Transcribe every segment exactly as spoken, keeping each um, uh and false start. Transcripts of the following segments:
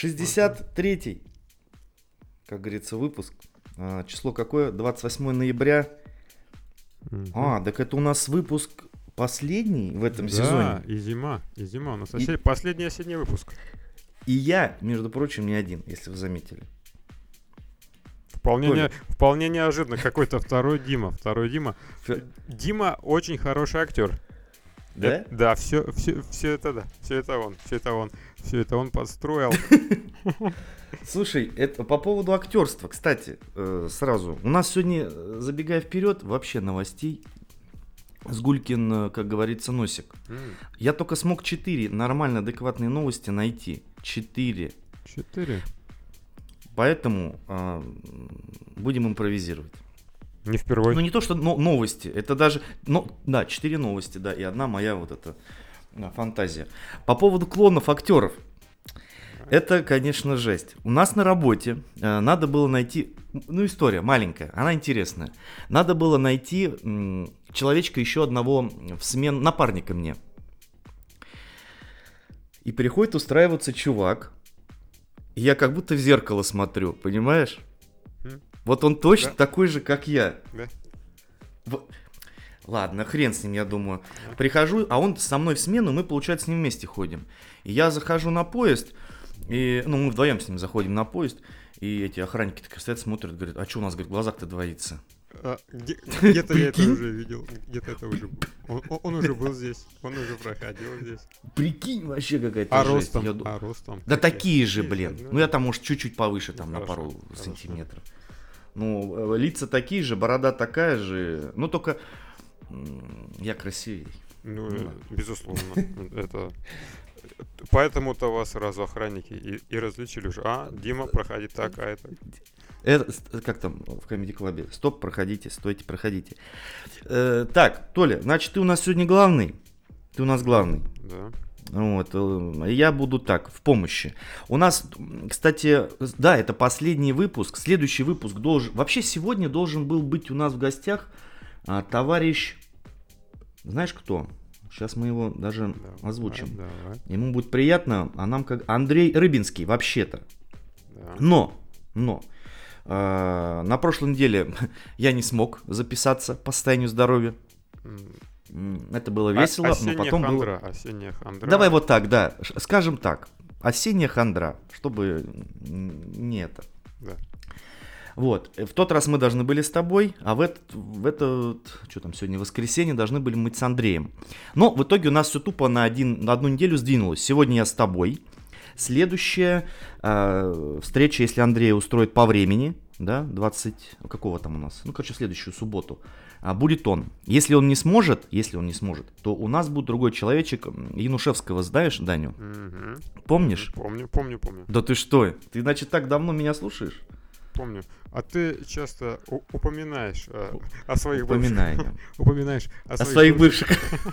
шестьдесят третий, как говорится, выпуск. А, число какое? двадцать восьмое ноября. Угу. А, так это у нас выпуск последний в этом да, сезоне. Да, и зима, и зима. У нас и... последний осенний выпуск. И я, между прочим, не один, если вы заметили. Вполне, не, вполне неожиданно. Какой-то второй Дима. Второй Дима. Ф... Дима очень хороший актер. Да? Это, да, все, все, все это да. Все это он. Все это он. Все это он подстроил. Слушай, это по поводу актерства, кстати, э, сразу. У нас сегодня, забегая вперед, вообще новостей. Сгулькин, как говорится, носик. Mm. Я только смог четыре нормально адекватные новости найти. Четыре. Четыре. Поэтому э, будем импровизировать. Не впервые. Ну не то, что но, новости. Это даже... Но, да, четыре новости, да. И одна моя вот эта да, фантазия. По поводу клонов актеров. Это, конечно, жесть. У нас на работе э, надо было найти... Ну, история маленькая, она интересная. Надо было найти м, человечка еще одного в смен... Напарника мне. И приходит устраиваться чувак. И я как будто в зеркало смотрю, понимаешь? Mm. Вот он точно да. такой же, как я. Да. В... Ладно, хрен с ним, я думаю. Да. Прихожу, а он со мной в смену, мы, получается, с ним вместе ходим. И я захожу на поезд... И, ну, мы вдвоем с ним заходим на поезд, и эти охранники так стоят, смотрят, говорят, а что у нас, говорит, в глазах-то двоится? А, где, где-то я это уже видел, где-то это уже был. Он, он уже был здесь, он уже проходил здесь. Прикинь, вообще какая-то а жесть. Ростом, Я... А ростом? Да такие же, блин. Ну, ну, я там, может, чуть-чуть повыше, там, ну, на хорошо, пару хорошо. сантиметров. Ну, лица такие же, борода такая же, ну, только я красивее. Ну, ну безусловно, это... Поэтому-то вас сразу охранники и, и различили уже. А, Дима, проходи так, а это... это... Как там в Comedy Club? Стоп, проходите, стойте, проходите. Э, так, Толя, значит, ты у нас сегодня главный. Ты у нас главный. Да. Вот, я буду так, в помощи. У нас, кстати, да, это последний выпуск. Следующий выпуск должен... Вообще сегодня должен был быть у нас в гостях а, товарищ... Знаешь кто? Сейчас мы его даже давай, озвучим. Давай. Ему будет приятно, а нам как... Андрей Рыбинский, вообще-то. Да. Но, но, э, на прошлой неделе я не смог записаться по состоянию здоровья. Mm. Это было весело, а, но потом хандра, было... Осенняя хандра. Давай вот так, да, скажем так. Осенняя хандра, чтобы не это. Да. Вот, в тот раз мы должны были с тобой, а в этот, в этот, что там сегодня, воскресенье, должны были быть с Андреем. Но в итоге у нас все тупо на, один, на одну неделю сдвинулось. Сегодня я с тобой. Следующая э, встреча, если Андрей устроит по времени, да, двадцать, какого там у нас, ну, короче, следующую субботу, а, будет он. Если он не сможет, если он не сможет, то у нас будет другой человечек, Янушевского, знаешь, Даню? Угу. Помнишь? Помню, помню, помню. Да ты что, ты, значит, так давно меня слушаешь? Помню. А ты часто у- упоминаешь э, о своих Упоминаю. бывших. Упоминаешь о, о своих бывших.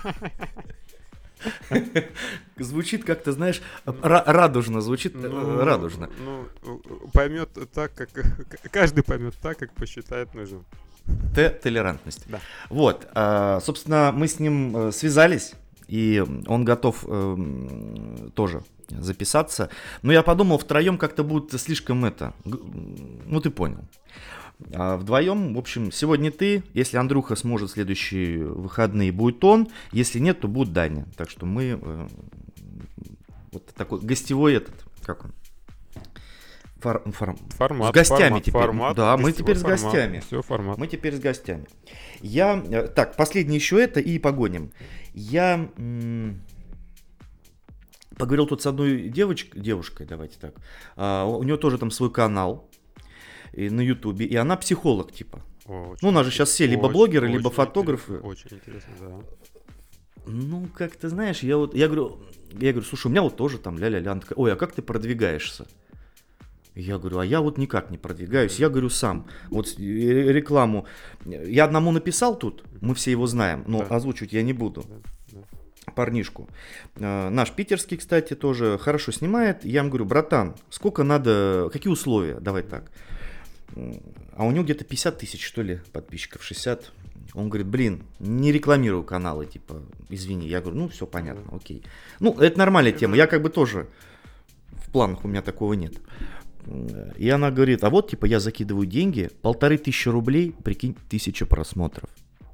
Звучит как-то, знаешь, радужно, звучит радужно. Ну, поймет так, как... Каждый поймет так, как посчитает нужным. Т-толерантность. Да. Вот, собственно, мы с ним связались, и он готов тоже записаться. Но я подумал, втроем как-то будет слишком это... Ну, ты понял. А вдвоем, в общем, сегодня ты. Если Андрюха сможет в следующие выходные, будет он. Если нет, то будет Даня. Так что мы... Э, вот такой гостевой этот... Как он? Фор, фор, формат. С гостями формат, теперь. Формат, да, мы теперь с формат, гостями. Все, формат. Мы теперь с гостями. Я... Так, последнее еще это и погоним. Я... М- Поговорил тут с одной девочкой, девушкой, давайте так. А, у нее тоже там свой канал и на Ютубе, и она психолог типа. Очень, ну, у нас же сейчас все либо очень, блогеры, очень либо фотографы. Очень интересно, да. Ну, как ты знаешь, я вот, я говорю, я говорю, слушай, у меня вот тоже там ля-ля-ля. Она такая, ой, а как ты продвигаешься? Я говорю, а я вот никак не продвигаюсь, я говорю сам. Вот рекламу, я одному написал тут, мы все его знаем, но да. озвучивать я не буду. Да. Парнишку. Э, наш питерский, кстати, тоже хорошо снимает. Я ему говорю, братан, сколько надо, какие условия? Давай так. А у него где-то пятьдесят тысяч, что ли, подписчиков, шестьдесят. Он говорит, блин, не рекламирую каналы, типа, извини. Я говорю, ну, все понятно, окей. Ну, это нормальная тема. Я как бы тоже планах у меня такого нет. И она говорит, а вот, типа, я закидываю деньги, полторы тысячи рублей, прикинь, тысяча просмотров.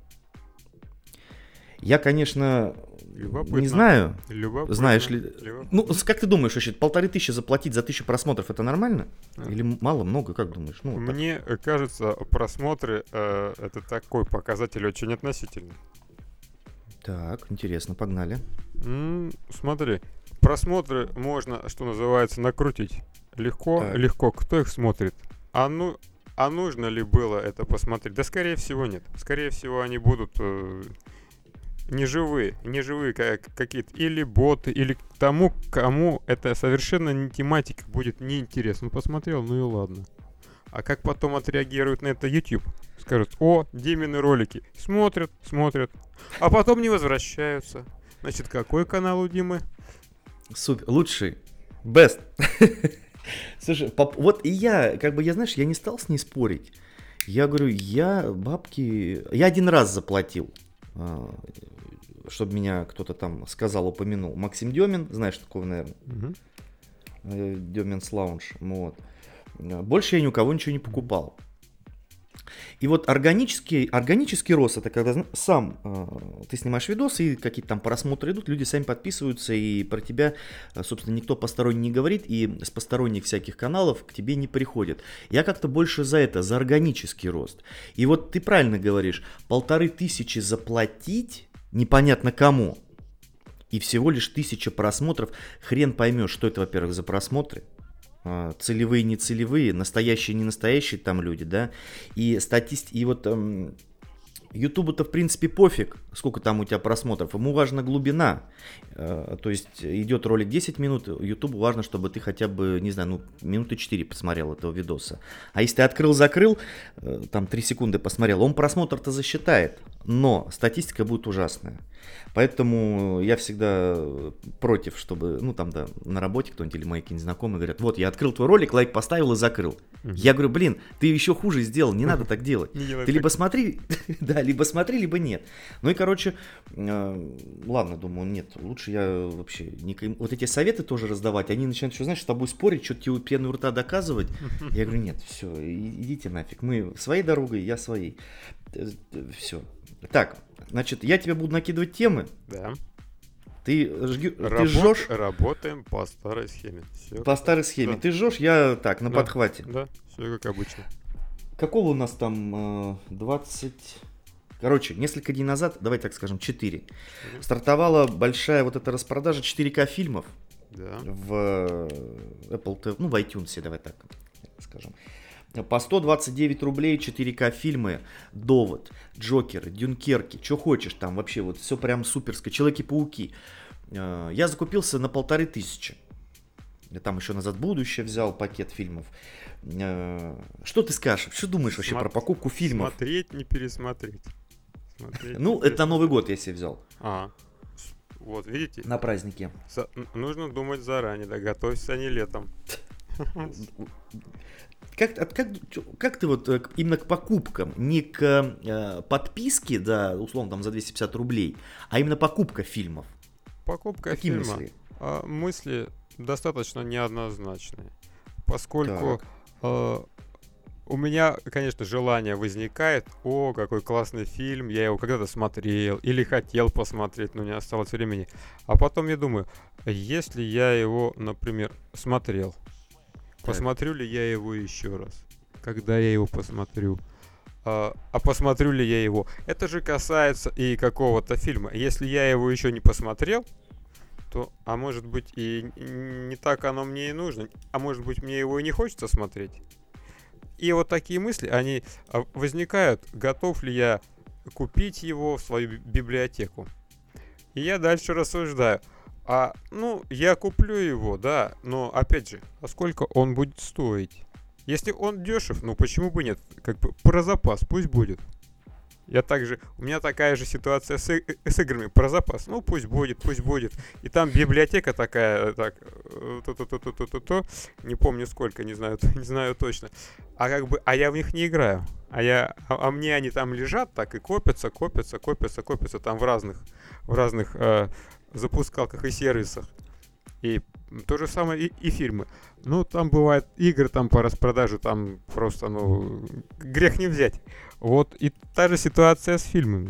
Я, конечно, Любопытно. не знаю, Любопытно. знаешь ли... Любопытно. Ну, как ты думаешь, вообще, полторы тысячи заплатить за тысячу просмотров, это нормально? А. Или мало, много, как думаешь? Ну, вот Мне кажется, просмотры э, это такой показатель очень относительный. так. Так, интересно, погнали. М, смотри, просмотры можно, что называется, накрутить. Легко, Так. легко. Кто их смотрит? А, ну, а нужно ли было это посмотреть? Да, скорее всего, нет. Скорее всего, они будут э, неживые, неживые как, какие-то. Или боты, или тому, кому это совершенно не тематика будет неинтересно. Ну, посмотрел, ну и ладно. А как потом отреагирует на это YouTube? Скажут, о, Димины ролики. Смотрят, смотрят. А потом не возвращаются. Значит, какой канал у Димы? Супер, лучший, best. Слушай, пап, вот и я, как бы, я, знаешь, я не стал с ней спорить. Я говорю, я бабки... Я один раз заплатил, чтобы меня кто-то там сказал, упомянул. Максим Демин, знаешь такого, наверное? Угу. Демин's Lounge, вот. Больше я ни у кого ничего не покупал. И вот органический, органический рост, это когда сам э, ты снимаешь видосы, и какие-то там просмотры идут, люди сами подписываются, и про тебя, собственно, никто посторонний не говорит, и с посторонних всяких каналов к тебе не приходят. Я как-то больше за это, за органический рост. И вот ты правильно говоришь, полторы тысячи заплатить непонятно кому, и всего лишь тысяча просмотров, хрен поймешь, что это, во-первых, за просмотры. Целевые, не целевые, настоящие, не настоящие там люди, да, и статистика, и вот эм, Ютубу-то в принципе пофиг, сколько там у тебя просмотров, ему важна глубина, э, то есть идет ролик десять минут, Ютубу важно, чтобы ты хотя бы, не знаю, ну, минуты четыре посмотрел этого видоса, а если ты открыл-закрыл, э, там три секунды посмотрел, он просмотр-то засчитает, но статистика будет ужасная. Поэтому я всегда против, чтобы, ну там, да, на работе кто-нибудь или мои какие-нибудь знакомые говорят, вот, я открыл твой ролик, лайк поставил и закрыл. Uh-huh. Я говорю, блин, ты еще хуже сделал, не надо так делать. Ты либо смотри, да, либо смотри, либо нет. Ну и, короче, ладно, думаю, нет, лучше я вообще, вот эти советы тоже раздавать, они начинают, что, знаешь, с тобой спорить, что-то тебе пену рта доказывать. Я говорю, нет, все, идите нафиг, мы своей дорогой, я своей. Все. Так, значит, я тебе буду накидывать темы. Да. Ты, жги, Работ, ты жжешь. Работаем по старой схеме. Все по старой схеме. Да. Ты жжешь, я так, на да. подхвате. Да, все как обычно. Какого у нас там двадцать... Короче, несколько дней назад, давай так скажем, четыре. Mm-hmm. Стартовала большая вот эта распродажа четыре ка фильмов. Да. В Apple ти ви, ну в iTunes, давай так скажем. По сто двадцать девять рублей четыре ка фильмы, Довод, Джокер, Дюнкерки, что хочешь там вообще, вот все прям суперское, Человеки-пауки. Я закупился на полторы тысячи. Я там еще назад будущее взял пакет фильмов. Что ты скажешь? Что думаешь вообще Смотр... про покупку фильмов? Смотреть, не пересмотреть. Смотреть, ну, не это пересмотреть. Новый год я себе взял. А, вот, видите? На празднике. Со- нужно думать заранее, да, готовься, а не летом. Как, как, как ты вот именно к покупкам, не к э, подписке, да, условно там за двести пятьдесят рублей, а именно покупка фильмов? Покупка Какие фильма. мысли? А, мысли достаточно неоднозначные, поскольку э, у меня, конечно, желание возникает, о, какой классный фильм, я его когда-то смотрел или хотел посмотреть, но не осталось времени. А потом я думаю, если я его, например, смотрел, посмотрю ли я его еще раз? Когда я его посмотрю? А, а посмотрю ли я его? Это же касается и какого-то фильма. Если я его еще не посмотрел, то, а может быть, и не так оно мне и нужно. А может быть, мне его и не хочется смотреть. И вот такие мысли, они возникают. Готов ли я купить его в свою библиотеку? И я дальше рассуждаю. А, ну, я куплю его, да, но, опять же, а сколько он будет стоить? Если он дешев, ну, почему бы нет? Как бы про запас, пусть будет. Я также, у меня такая же ситуация с, с играми, про запас, ну, пусть будет, пусть будет. И там библиотека такая, так, то-то-то-то-то-то, не помню сколько, не знаю, не знаю точно. А как бы, а я в них не играю. А я, а, а мне они там лежат так и копятся, копятся, копятся, копятся там в разных, в разных... Э, запускалках и сервисах. И И то же самое и, и фильмы. Ну, там бывают игры там по распродаже, там просто, ну, грех не взять. Вот и та же ситуация с фильмами.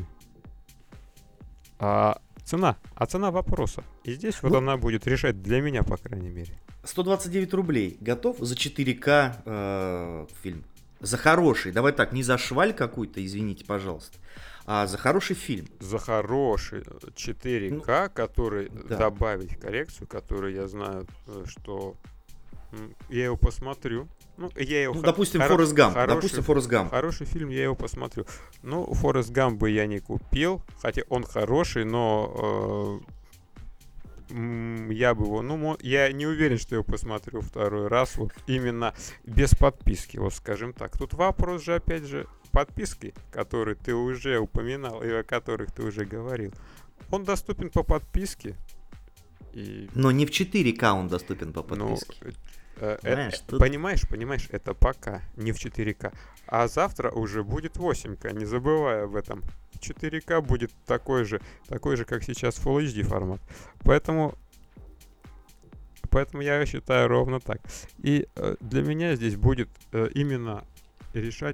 А цена, а цена вопроса. И здесь вот Ну, она будет решать для меня, по крайней мере. сто двадцать девять рублей готов за четыре ка э, фильм? За хороший, давай так, не за шваль какую-то, извините, пожалуйста, а за хороший фильм. За хороший четыре ка, Ну, который да. добавить в коллекцию, который я знаю, э, что м, я его посмотрю. Ну, я его Ну, хо- допустим, хоро- Форест Гамп. хороший, Допустим, Форест Гамп. хороший фильм, я его посмотрю. Ну, Форест Гамп бы я не купил, хотя он хороший, но э, м, я бы его, ну, мо- я не уверен, что я его посмотрю второй раз, вот именно без подписки, вот скажем так. Тут вопрос же, опять же, подписки, которые ты уже упоминал и о которых ты уже говорил. Он доступен по подписке. И, Но не в четыре ка он доступен по ну, подписке. э, э, Понимаешь, э, тут- понимаешь, понимаешь, это пока не в четыре ка. А завтра уже будет восемь ка, не забывай об этом. четыре ка будет такой же, такой же, как сейчас Full эйч ди формат. Поэтому, поэтому я считаю ровно так. И э, для меня здесь будет э, именно решать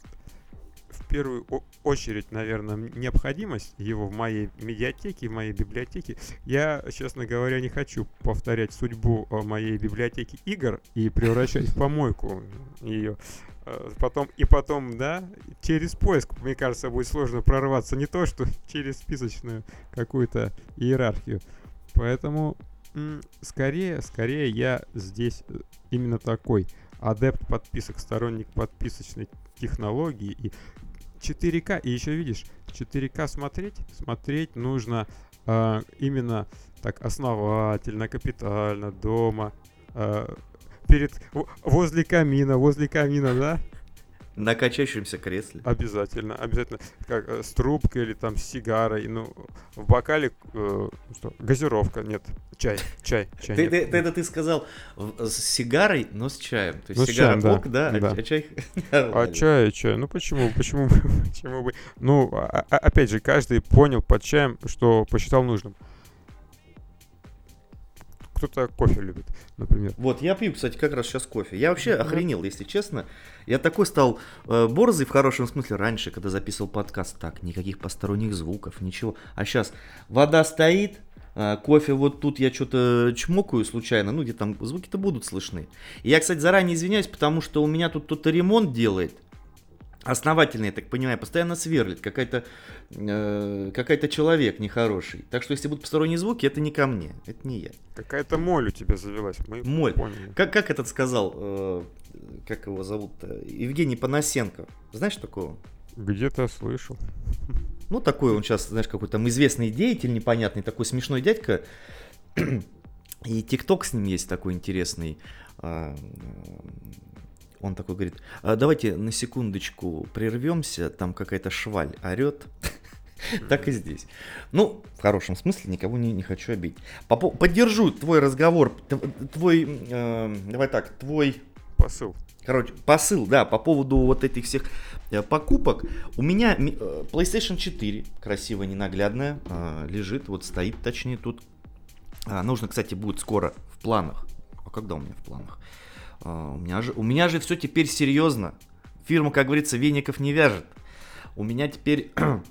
в первую о- очередь, наверное, необходимость его в моей медиатеке, в моей библиотеке. Я, честно говоря, не хочу повторять судьбу э, моей библиотеки игр и превращать в помойку ее. Э, Потом, и потом, да, через поиск, мне кажется, будет сложно прорваться. Не то, что через списочную какую-то иерархию. Поэтому, м, скорее, скорее я здесь э, именно такой адепт подписок, сторонник подписочной технологии. И четыре ка, и еще видишь, четыре ка смотреть, смотреть нужно э, именно так основательно, капитально, дома, э, перед, в- возле камина, возле камина, да? На качающемся кресле. Обязательно, обязательно, как э, с трубкой или там с сигарой, ну, в бокале, э, что, газировка, нет, чай, чай, чай, Ты, нет, ты- нет. ты это ты сказал в- с сигарой, но с чаем. То есть Ну, с сигара чаем, да, ок, да, а- да. а чай А нормально. чай, чай, ну почему, почему, бы- почему бы, ну, а- а- опять же, каждый понял под чаем, что посчитал нужным. Кто-то кофе любит, например. Вот, я пью, кстати, как раз сейчас кофе. Я вообще Мгм. охренел, если честно. Я такой стал э, борзый в хорошем смысле раньше, когда записывал подкаст. Так, никаких посторонних звуков, ничего. А сейчас вода стоит, э, кофе вот тут я что-то чмокаю случайно, ну где там звуки-то будут слышны. И я, кстати, заранее извиняюсь, потому что у меня тут кто-то ремонт делает. Основательный, я так понимаю, постоянно сверлит. Какая-то, э, какая-то человек нехороший. Так что если будут посторонние звуки, это не ко мне, это не я. Какая-то моль у тебя завелась, мы Моль. поняли. Как, как этот сказал, э, как его зовут-то? Евгений Панасенко. Знаешь такого? Где-то слышал. Ну, такой он сейчас, знаешь, какой-то там известный деятель непонятный, такой смешной дядька. И ТикТок с ним есть такой интересный. А, Он такой говорит, «А, давайте на секундочку прервемся, там какая-то шваль орет. Так и здесь. Ну, в хорошем смысле, никого не, не хочу обидеть. По по- Поддержу твой разговор, т- твой, э, давай так, твой, Посыл. короче, посыл, да, по поводу вот этих всех э, покупок. У меня ми- э, PlayStation четыре, красивая, ненаглядная, э, лежит, вот стоит, точнее, тут. А, нужно, кстати, будет скоро в планах. А когда у меня в планах? А, у меня же, у меня же все теперь серьезно. Фирма, как говорится, веников не вяжет. У меня теперь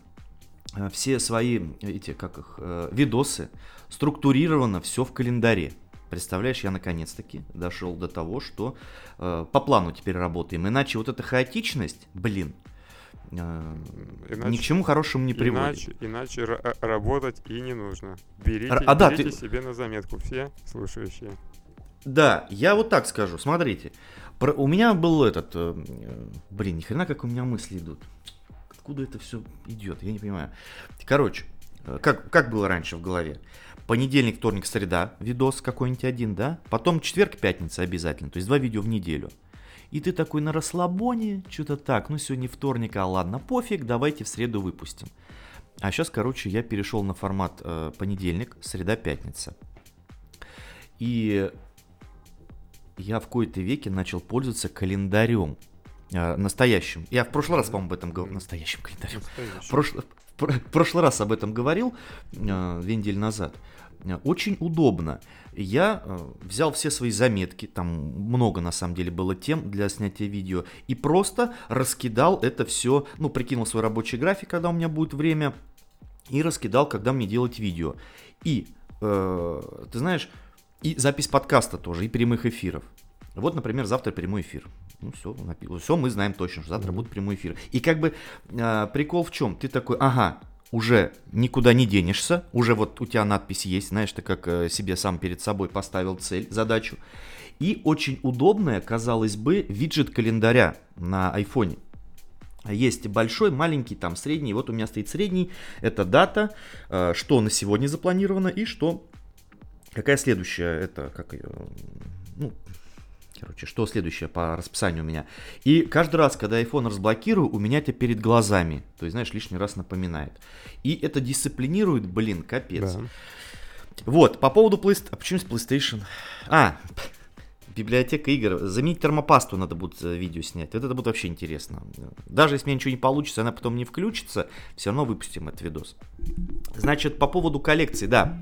все свои эти, как их, э, видосы структурировано все в календаре. Представляешь, я наконец-таки дошел до того, что э, по плану теперь работаем. Иначе вот эта хаотичность, блин, э, Иначе- ни к чему хорошему не приводит. Иначе, иначе ра- а- работать и не нужно. Берите, А, да, берите ты- себе на заметку, все слушающие. Да, я вот так скажу, смотрите. Про- у меня был этот, э, э, блин, ни хрена как у меня мысли идут. Откуда это все идет, я не понимаю. Короче, э, как, как было раньше в голове? Понедельник, вторник, среда, видос какой-нибудь один, да? Потом четверг, пятница обязательно, то есть два видео в неделю. И ты такой на расслабоне, что-то так, ну сегодня вторник, а ладно, пофиг, давайте в среду выпустим. А сейчас, короче, я перешел на формат э, понедельник, среда, пятница. И я в кои-то веке начал пользоваться календарем э, настоящим. Я в прошлый раз, по-моему, об этом говорил. Настоящим календарем. В Настоящий. прошлый, в пр- в прошлый раз об этом говорил, э, две недели назад. очень удобно. Я э, взял все свои заметки, там много на самом деле было тем для снятия видео, и просто раскидал это все, ну, прикинул свой рабочий график, когда у меня будет время, и раскидал, когда мне делать видео. И, э, ты знаешь, и запись подкаста тоже, и прямых эфиров. Вот, например, завтра прямой эфир. Ну, все, все мы знаем точно, что завтра mm-hmm. будет прямой эфир. И как бы э, прикол в чем? Ты такой, ага, уже никуда не денешься, уже вот у тебя надпись есть, знаешь, ты как э, себе сам перед собой поставил цель, задачу. И очень удобная, казалось бы, виджет календаря на айфоне. Есть большой, маленький, там средний. Вот у меня стоит средний, это дата, э, что на сегодня запланировано и что, какая следующая, это, как ее, ну, короче, что следующее по расписанию у меня. И каждый раз, когда iPhone разблокирую, у меня это перед глазами. То есть, знаешь, лишний раз напоминает. И это дисциплинирует, блин, капец. Да. Вот, по поводу PlayStation. А почему с PlayStation? А, библиотека игр. Заменить термопасту надо будет видео снять. Вот это будет вообще интересно. Даже если у меня ничего не получится, она потом не включится, все равно выпустим этот видос. Значит, по поводу коллекции, да.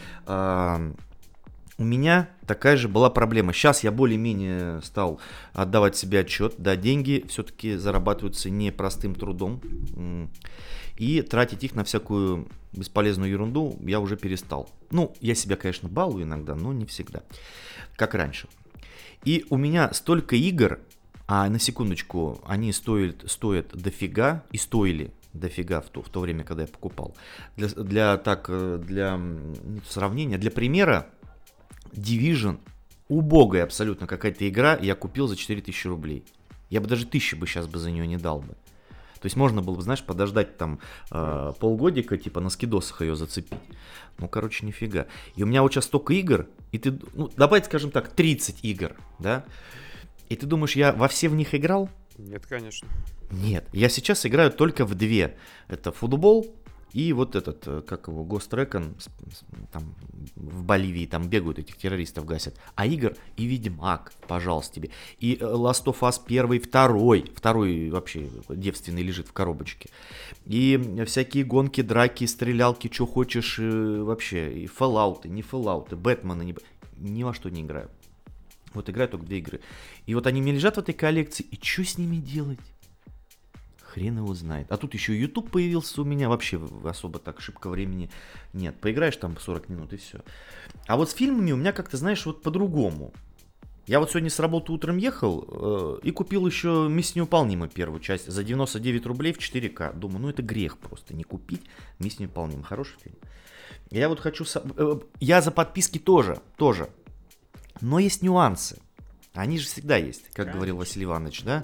У меня такая же была проблема. Сейчас я более-менее стал отдавать себе отчет. Да, деньги все-таки зарабатываются непростым трудом. И тратить их на всякую бесполезную ерунду я уже перестал. Ну, я себя, конечно, балую иногда, но не всегда. Как раньше. И у меня столько игр, а на секундочку, они стоят, стоят дофига и стоили дофига в то, в то время, когда я покупал. Для, для, так, для сравнения, для примера, Division, убогая абсолютно какая-то игра, я купил за четыре тысячи рублей. Я бы даже тысячи бы сейчас бы за нее не дал бы. То есть можно было бы, знаешь, подождать там э, полгодика, типа на скидосах ее зацепить. Ну, короче, нифига. И у меня вот сейчас столько игр, и ты, ну, давай, скажем так, тридцать игр, да? И ты думаешь, я во все в них играл? Нет, конечно. Нет, я сейчас играю только в две. Это футбол и вот этот, как его, Ghost Recon, там в Боливии там бегают, этих террористов гасят. А игр и Ведьмак, пожалуйста тебе. И Last of Us первый, второй, второй вообще девственный лежит в коробочке. И всякие гонки, драки, стрелялки, что хочешь, вообще. И Fallout, не Fallout, Бэтмена, ни, ни во что не играю. Вот играю только две игры. И вот они мне лежат в этой коллекции, и что с ними делать? Хрен его знает. А тут еще и YouTube появился у меня. Вообще особо так шибко времени нет. Поиграешь там сорок минут и все. А вот с фильмами у меня как-то, знаешь, вот по-другому. Я вот сегодня с работы утром ехал э, и купил еще «Миссия невыполнима» первую часть за девяносто девять рублей в четыре ка. Думаю, ну это грех просто не купить «Миссия невыполнима». Хороший фильм. Я вот хочу... Со... Э, я за подписки тоже, тоже. Но есть нюансы. Они же всегда есть, как Конечно. Говорил Василий Иванович, да?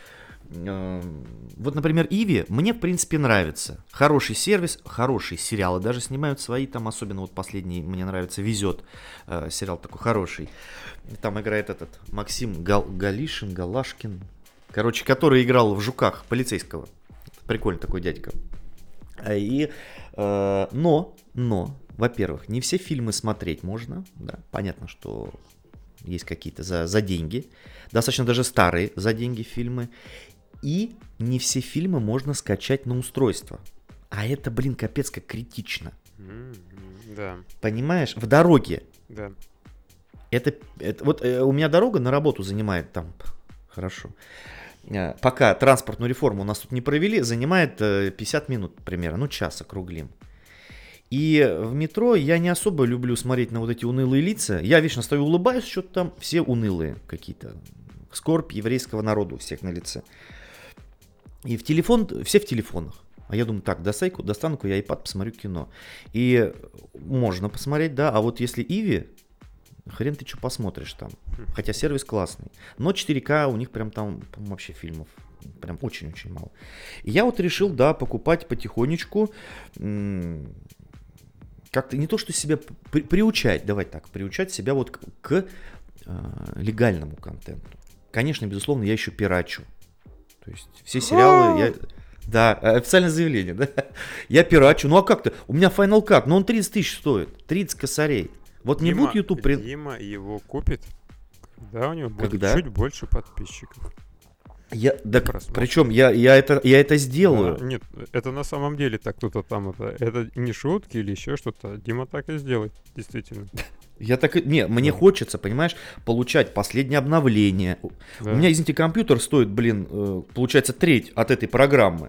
Вот, например, Иви мне, в принципе, нравится. Хороший сервис, хорошие сериалы даже снимают свои, там, особенно вот последний, мне нравится, «Везет», э, сериал такой хороший. Там играет этот Максим Гал- Галишин, Галашкин, короче, который играл в «Жуках» полицейского. Прикольный такой дядька. И, э, но, но, во-первых, не все фильмы смотреть можно, да, понятно, что есть какие-то за, за деньги, достаточно даже старые за деньги фильмы. И не все фильмы можно скачать на устройство. А это, блин, капец как критично. Mm-hmm, да. Понимаешь? В дороге. Да. Это, это вот э, у меня дорога на работу занимает там, хорошо, э, пока транспортную реформу у нас тут не провели, занимает э, пятьдесят минут примерно, ну час округлим. И в метро я не особо люблю смотреть на вот эти унылые лица. Я вечно стою, улыбаюсь, что-то там все унылые какие-то. Скорбь еврейского народа у всех на лице. И в телефон, все в телефонах. А я думаю, так, достану-ка достану я iPad, посмотрю кино. И можно посмотреть, да. А вот если Иви, хрен ты что посмотришь там. Хотя сервис классный. Но четыре ка у них прям там, по-моему, вообще фильмов прям очень-очень мало. И я вот решил, да, покупать потихонечку. М- как-то не то, что себя при- приучать, давай так, приучать себя вот к, к э, легальному контенту. Конечно, безусловно, я еще пирачу. То есть все сериалы я... Да, официальное заявление, да. Я пирачу. Ну а как-то? У меня Final Cut, но он тридцать тысяч стоит. тридцать косарей. Вот Дима, не будет YouTube... Дима его купит, когда у него будет когда? чуть больше подписчиков. Я, да, причем я, я, это, я это сделаю. Да, нет, это на самом деле так кто-то там, это, это не шутки или еще что-то. Дима так и сделает, действительно. Я так и... Не, мне да. хочется, понимаешь, получать последнее обновление. Да. У меня, извините, компьютер стоит, блин, получается, треть от этой программы.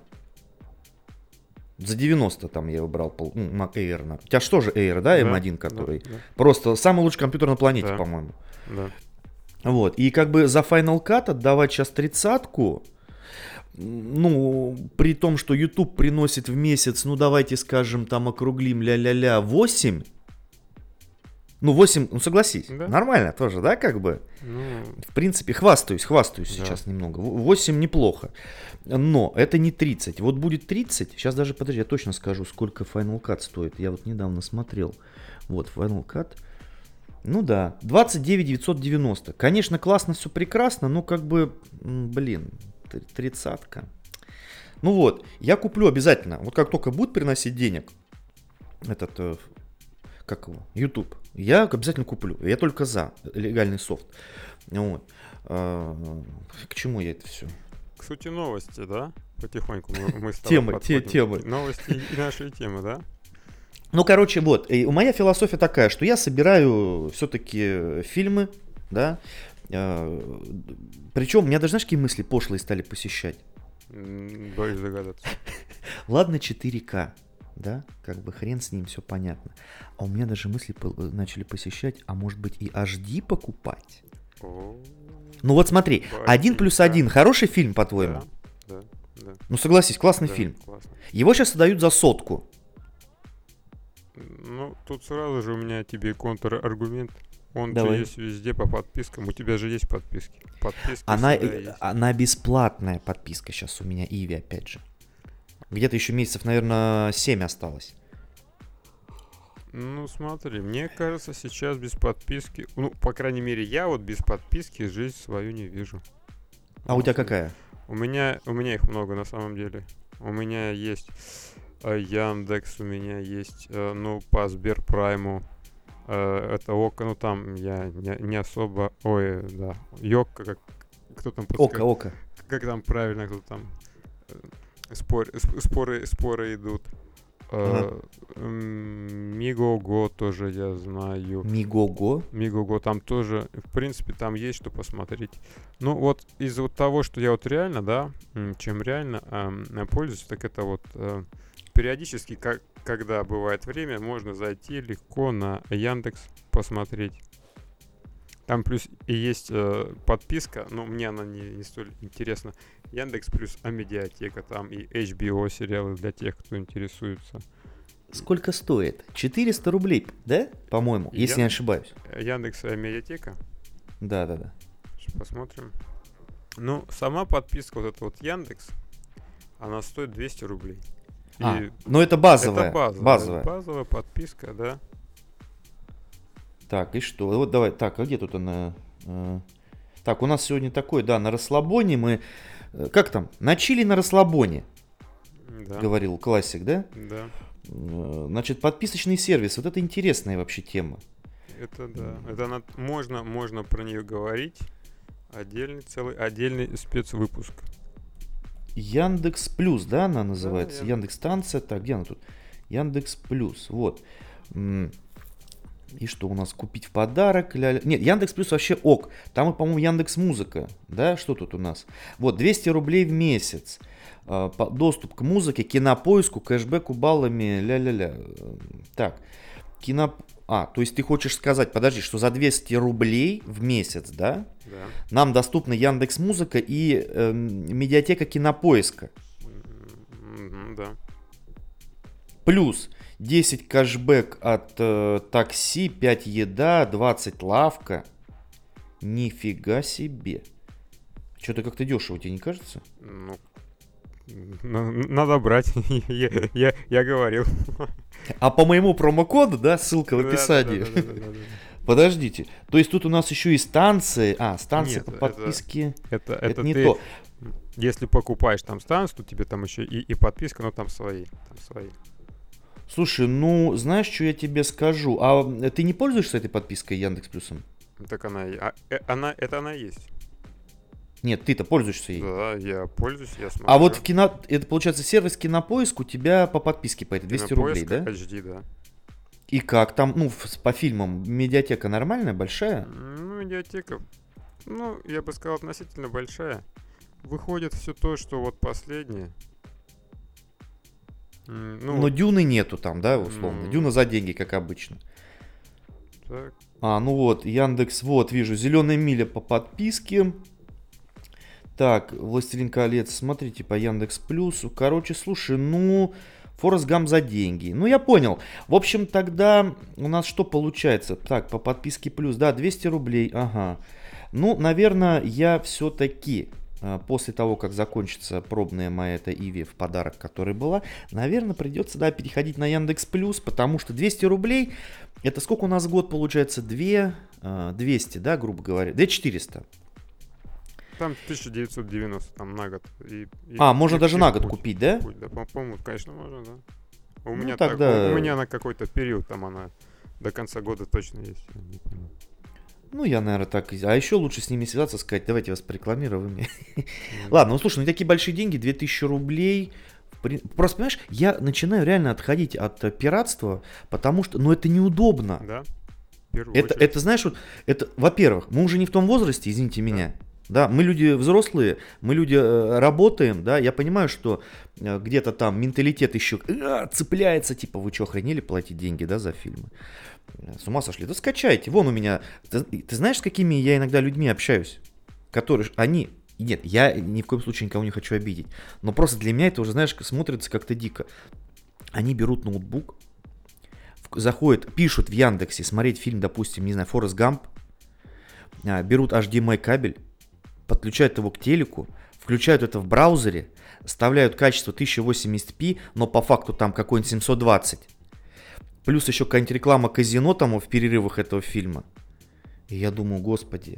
За девяносто там я его брал, ну, Mac Air. На... У тебя что же Air, да, эм один, да, который? Да, да. Просто самый лучший компьютер на планете, да. по-моему. Да. Вот, и как бы за Final Cut отдавать сейчас тридцатку, ну, при том, что YouTube приносит в месяц, ну, давайте скажем, там округлим ля-ля-ля восемь. Ну, восемь, ну, согласись, да? Нормально тоже, да, как бы? Ну... В принципе, хвастаюсь, хвастаюсь да. сейчас немного. восемь неплохо, но это не тридцать. Вот будет тридцать, сейчас даже, подожди, я точно скажу, сколько Final Cut стоит. Я вот недавно смотрел, вот, Final Cut. Ну да, двадцать девять тысяч девятьсот девяносто. Конечно, классно, все прекрасно, но как бы, блин, тридцатка. Ну вот, я куплю обязательно. Вот как только будет приносить денег, этот, как его, YouTube, я обязательно куплю. Я только за легальный софт. Вот. А, к чему я это все? К сути новости, да? Потихоньку мы, мы с тобой темы, те, темы. Новости и наши темы, да? Ну, короче, вот, и моя философия такая, что я собираю все-таки фильмы, да, э, причем меня даже, знаешь, какие мысли пошлые стали посещать? Боюсь догадаться. Ладно, четыре ка, да, как бы хрен с ним, все понятно. А у меня даже мысли начали посещать, а может быть и эйч ди покупать? О, ну вот смотри, один плюс один хороший фильм, по-твоему? Да, да, да. Ну согласись, классный да, фильм. Классно. Его сейчас отдают за сотку. Ну, тут сразу же у меня тебе контраргумент. Он Давай. же есть везде по подпискам. У тебя же есть подписки. Подписки она, есть. она бесплатная подписка сейчас у меня, Иви, опять же. Где-то еще месяцев, наверное, семь осталось. Ну, смотри, мне кажется, сейчас без подписки... Ну, по крайней мере, я вот без подписки жизнь свою не вижу. А вот. У тебя какая? У меня, у меня их много, на самом деле. У меня есть... Яндекс у меня есть, ну, по Сберпрайму, это Ока, ну, там я не, не особо, ой, да, Йокка, как, кто там подскажет? Ока, Ока. Как там правильно, кто там, спор, споры, споры идут. Ага. Мигого тоже я знаю. Мигого? Мигого, там тоже, в принципе, там есть что посмотреть. Ну, вот из-за вот того, что я вот реально, да, чем реально э, пользуюсь, так это вот... Э, периодически, как, когда бывает время, можно зайти легко на Яндекс, посмотреть. Там плюс и есть э, подписка, но мне она не, не столь интересна. Яндекс плюс Амедиатека, там и эйч би о сериалы для тех, кто интересуется. Сколько стоит? четыреста рублей, да? По-моему, если Я... не ошибаюсь. Яндекс Амедиатека? Да-да-да. Сейчас посмотрим. Ну, сама подписка, вот эта вот Яндекс, она стоит двести рублей. А, ну это базовая, это базовая, базовая. Базовая подписка, да. Так, и что? Вот давай, так, а где тут она? Так, у нас сегодня такой, да, на расслабоне мы... Как там? На чили на расслабоне, да. Говорил классик, да? Да. Значит, подписочный сервис, вот это интересная вообще тема. Это да, это она, можно, можно про нее говорить. Отдельный, целый, отдельный спецвыпуск. Яндекс Плюс, да, она называется? Да, Яндекс. Яндекс станция. Так, где она тут? Яндекс Плюс. Вот. И что у нас? Купить в подарок? Ля-ля. Нет, Яндекс Плюс вообще ок. Там, по-моему, Яндекс Музыка. Да, что тут у нас? Вот, двести рублей в месяц. Доступ к музыке, кинопоиску, кэшбэку, баллами, ля-ля-ля. Так, кино... А, то есть ты хочешь сказать, подожди, что за двести рублей в месяц, да? Да. Нам доступны Яндекс.Музыка и э, медиатека Кинопоиска. Mm-hmm, да. Плюс десять кэшбэк от э, такси, пять еда, двадцать лавка. Нифига себе. Что-то как-то дешево, тебе не кажется? Ну, надо брать, я, я, я говорил. А по моему промокоду, да, ссылка в описании. Да, да, да, да, да, да. Подождите, то есть тут у нас еще и станции, а, станции Нет, по подписке, это, это, это, это не ты, то. Если покупаешь там станцию, то тебе там еще и, и подписка, но там свои, там свои. Слушай, ну, знаешь, что я тебе скажу, а ты не пользуешься этой подпиской Яндекс Плюсом? Так она, а, она, это она есть. Нет, ты-то пользуешься ей. Да, я пользуюсь, я смотрю. А вот в кино, это получается сервис Кинопоиск у тебя по подписке по этой двести рублей, да? эйч ди, да. И как там, ну, по фильмам, медиатека нормальная, большая? Ну, медиатека, ну, я бы сказал, относительно большая. Выходит все то, что вот последнее. Ну, но Дюны нету там, да, условно. Ну, Дюна за деньги, как обычно. Так. А, ну вот, Яндекс, вот, вижу, «Зеленая миля» по подписке. Так, «Властелин колец», смотрите, по Яндекс Плюс. Короче, слушай, ну, «Форест Гамп» за деньги. Ну, я понял. В общем, тогда у нас что получается? Так, по подписке плюс, да, двести рублей, ага. Ну, наверное, я все-таки, после того, как закончится пробная моя эта Иви в подарок, которая была, наверное, придется, да, переходить на Яндекс Плюс, потому что двести рублей, это сколько у нас в год получается? две двести, да, грубо говоря, две четыреста. Там тысяча девятьсот девяносто, там на год. И, и, а, можно и даже на год путь, купить, да? Путь, да? По-моему, конечно, можно, да. У, ну, меня тогда... так, у, у меня на какой-то период, там она до конца года точно есть. Ну, я, наверное, так... А еще лучше с ними связаться, сказать, давайте вас порекламируем. Mm. Ладно, ну, слушай, ну, такие большие деньги, две тысячи рублей... Просто, понимаешь, я начинаю реально отходить от пиратства, потому что, ну, это неудобно. Да. Это, это, знаешь, вот, это, во-первых, мы уже не в том возрасте, извините меня. Да. Да, мы люди взрослые, мы люди э, работаем, да, я понимаю, что э, где-то там менталитет еще э, цепляется, типа, вы что, охренели платить деньги, да, за фильмы? С ума сошли? Да скачайте, вон у меня, ты, ты знаешь, с какими я иногда людьми общаюсь, которые, они, нет, я ни в коем случае никого не хочу обидеть, но просто для меня это уже, знаешь, смотрится как-то дико. Они берут ноутбук, заходят, пишут в Яндексе смотреть фильм, допустим, не знаю, «Форест Гамп», берут эйч ди эм ай кабель, подключают его к телеку, включают это в браузере, вставляют качество тысяча восемьдесят пи, но по факту там какой-нибудь семьсот двадцать. Плюс еще какая-нибудь реклама казино там в перерывах этого фильма. И я думаю, господи,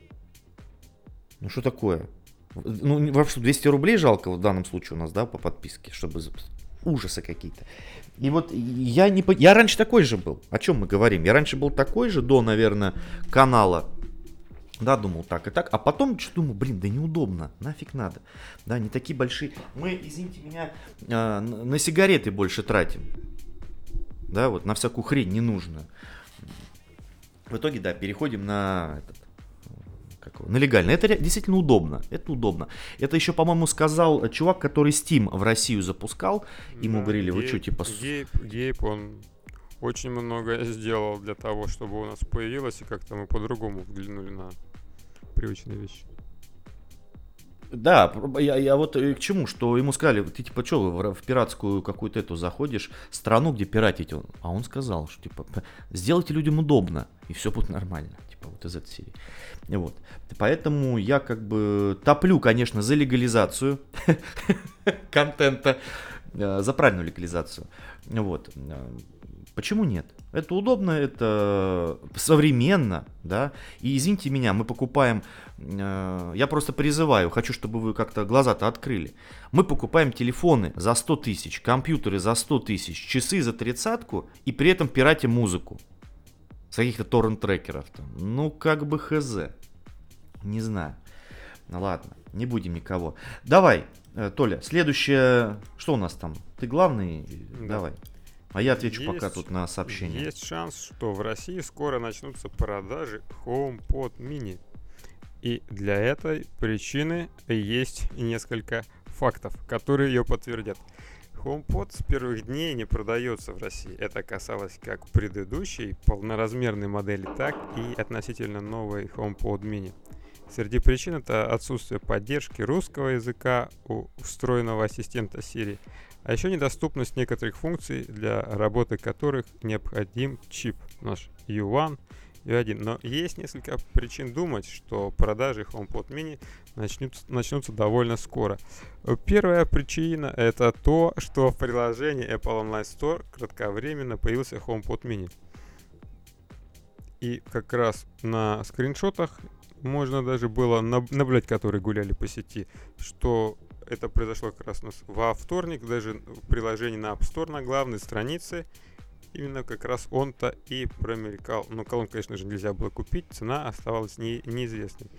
ну что такое? Ну вообще двести рублей жалко в данном случае у нас, да, по подписке, чтобы ужасы какие-то. И вот я не... Я раньше такой же был. О чем мы говорим? Я раньше был такой же до, наверное, канала. Да, думал так и так, а потом что думаю, блин, да неудобно, нафиг надо, да, не такие большие, мы, извините меня, э, на сигареты больше тратим, да, вот на всякую хрень ненужную. В итоге, да, переходим на этот, как его, на легально. Это действительно удобно, это удобно. Это еще, по-моему, сказал чувак, который Steam в Россию запускал, ему да, говорили, вы что, типа... Гейб, Гейб, он... очень много сделал для того, чтобы у нас появилось, и как-то мы по-другому взглянули на привычные вещи. Да, я, я вот к чему, что ему сказали, ты типа что, в, в пиратскую какую-то эту заходишь, страну, где пиратить, он, а он сказал, что типа сделайте людям удобно, и все будет нормально, типа вот из этой серии. Вот. Поэтому я как бы топлю, конечно, за легализацию контента, за правильную легализацию. Вот. Почему нет? Это удобно, это современно, да. И извините меня, мы покупаем, э, я просто призываю, хочу, чтобы вы как-то глаза-то открыли. Мы покупаем телефоны за сто тысяч, компьютеры за сто тысяч, часы за тридцатку и при этом пиратим музыку с каких-то торрент-трекеров. Ну, как бы хз. Не знаю. Ну ладно, не будем никого. Давай, э, Толя, следующее, что у нас там? Ты главный? Да. Давай. А я отвечу есть, пока тут на сообщение. Есть шанс, что в России скоро начнутся продажи HomePod Mini. И для этой причины есть несколько фактов, которые ее подтвердят. HomePod с первых дней не продается в России. Это касалось как предыдущей полноразмерной модели, так и относительно новой HomePod Mini. Среди причин это отсутствие поддержки русского языка у встроенного ассистента Siri, а еще недоступность некоторых функций, для работы которых необходим чип наш ю один, ю один. Но есть несколько причин думать, что продажи HomePod Mini начнутся, начнутся довольно скоро. Первая причина — это то, что в приложении Apple Online Store кратковременно появился HomePod Mini. И как раз на скриншотах можно даже было наблюдать, которые гуляли по сети, что это произошло как раз во вторник, даже в приложении на App Store на главной странице. Именно как раз он-то и промелькал. Но колонку, конечно же, нельзя было купить, цена оставалась не, неизвестной.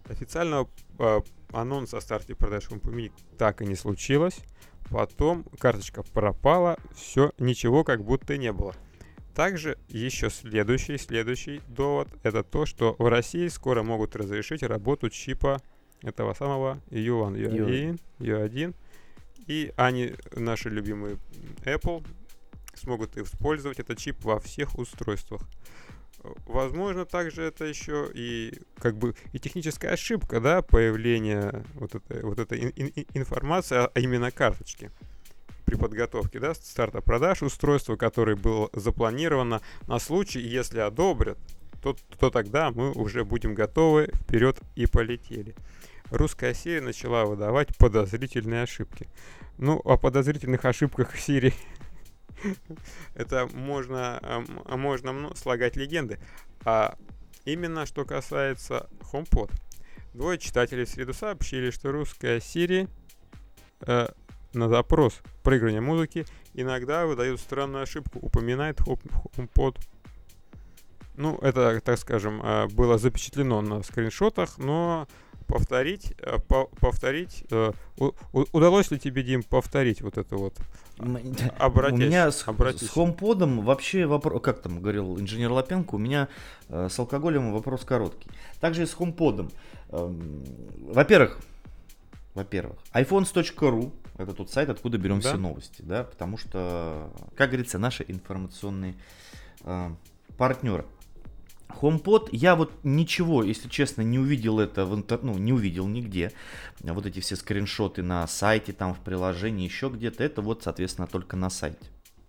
Официального э, анонса о старте продаж HomePod mini так и не случилось. Потом карточка пропала, все, ничего как будто не было. Также еще следующий, следующий довод — это то, что в России скоро могут разрешить работу чипа этого самого ю один, ю один, ю один. И они, наши любимые Apple, смогут использовать этот чип во всех устройствах. Возможно, также это еще и как бы и техническая ошибка, да, появления вот этой, вот этой ин- ин- информации, а именно карточки при подготовке, да, старта продаж устройства, которое было запланировано на случай, если одобрят, то, то тогда мы уже будем готовы, вперед и полетели. Русская Siri начала выдавать подозрительные ошибки. Ну, о подозрительных ошибках Siri это можно, а, можно слагать легенды. А именно что касается HomePod. Двое читателей в среду сообщили, что русская Siri э, на запрос проигрывания музыки иногда выдает странную ошибку, упоминает HomePod. Ну, это, так скажем, было запечатлено на скриншотах, но повторить, по, повторить, э, у, удалось ли тебе, Дим, повторить вот это вот? Обратись, у меня с, с HomePod'ом вообще вопрос, как там говорил инженер Лапенко, у меня э, с алкоголем вопрос короткий. Также и с HomePod'ом. Э, во-первых, во-первых, айфонс точка ру — это тот сайт, откуда берем да? все новости, да, потому что, как говорится, наши информационные э, партнеры. HomePod, я вот ничего, если честно, не увидел это в интер... ну, не увидел нигде. Вот эти все скриншоты на сайте, там в приложении, еще где-то, это вот, соответственно, только на сайте.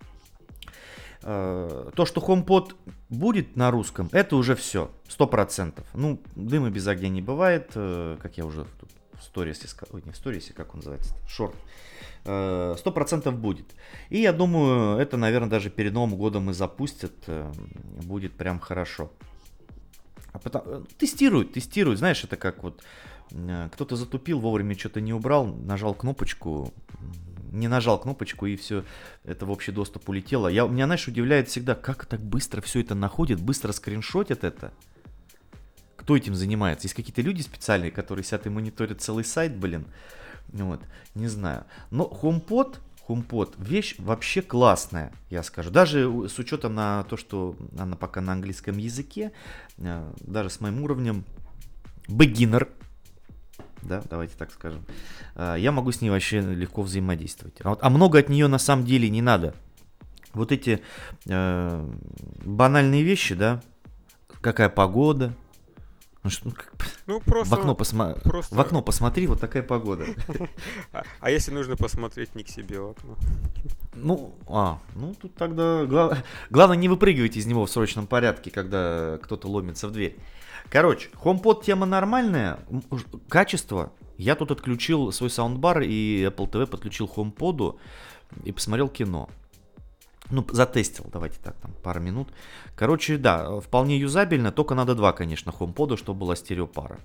То, что HomePod будет на русском, это уже все, сто процентов. Ну, дыма без огня не бывает, как я уже тут в сторисе, ой, не в сторисе, как он называется, шорт. Сто процентов будет. И я думаю, это, наверное, даже перед Новым годом и запустят, будет прям хорошо. А потом, тестируют, тестируют, знаешь, это как вот кто-то затупил, вовремя что-то не убрал, нажал кнопочку, не нажал кнопочку, и все это в общий доступ улетело. Я, меня, знаешь, удивляет всегда, как так быстро все это находит, быстро скриншотят это. Кто этим занимается? Есть какие-то люди специальные, которые сидят и мониторят целый сайт, блин. Вот, не знаю. Но HomePod, HomePod вещь вообще классная, я скажу. Даже с учетом на то, что она пока на английском языке, даже с моим уровнем beginner, да, давайте так скажем, я могу с ней вообще легко взаимодействовать. А, вот, а много от нее на самом деле не надо. Вот эти э, банальные вещи, да, какая погода. Ну, что, ну, как, ну, просто, в, окно посма... просто... в окно посмотри, вот такая погода. А, а если нужно посмотреть не к себе в окно? Ну, а, ну тут тогда глав... главное не выпрыгивать из него в срочном порядке, когда кто-то ломится в дверь. Короче, HomePod тема нормальная, качество. Я тут отключил свой саундбар и Apple ти ви подключил HomePod'у и посмотрел кино. Ну, затестил, давайте так, там, пару минут. Короче, да, вполне юзабельно, только надо два, конечно, HomePod'а, чтобы была стереопара.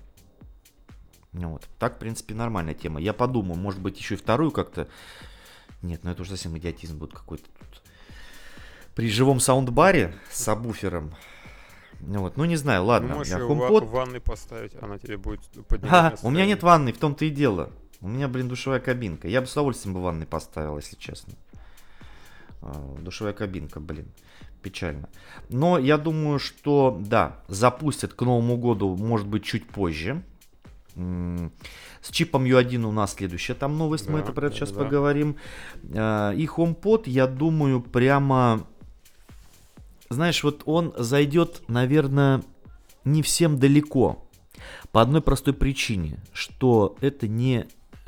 Вот. Так, в принципе, нормальная тема. Я подумаю, может быть, еще и вторую как-то... Нет, ну это уже совсем идиотизм будет какой-то тут. При живом саундбаре с сабвуфером. Вот, ну не знаю, ладно. Ну, можешь HomePod... в ванной поставить, она тебе будет поднимать. А, у меня нет ванны, в том-то и дело. У меня, блин, душевая кабинка. Я бы с удовольствием бы ванной поставил, если честно. Душевая кабинка, блин, печально. Но я думаю, что да, запустят к Новому году, может быть, чуть позже. С чипом ю один у нас следующая там новость, да, мы это про это да, сейчас да. поговорим. И HomePod, я думаю, прямо, знаешь, вот он зайдет, наверное, не всем далеко. По одной простой причине, что это не...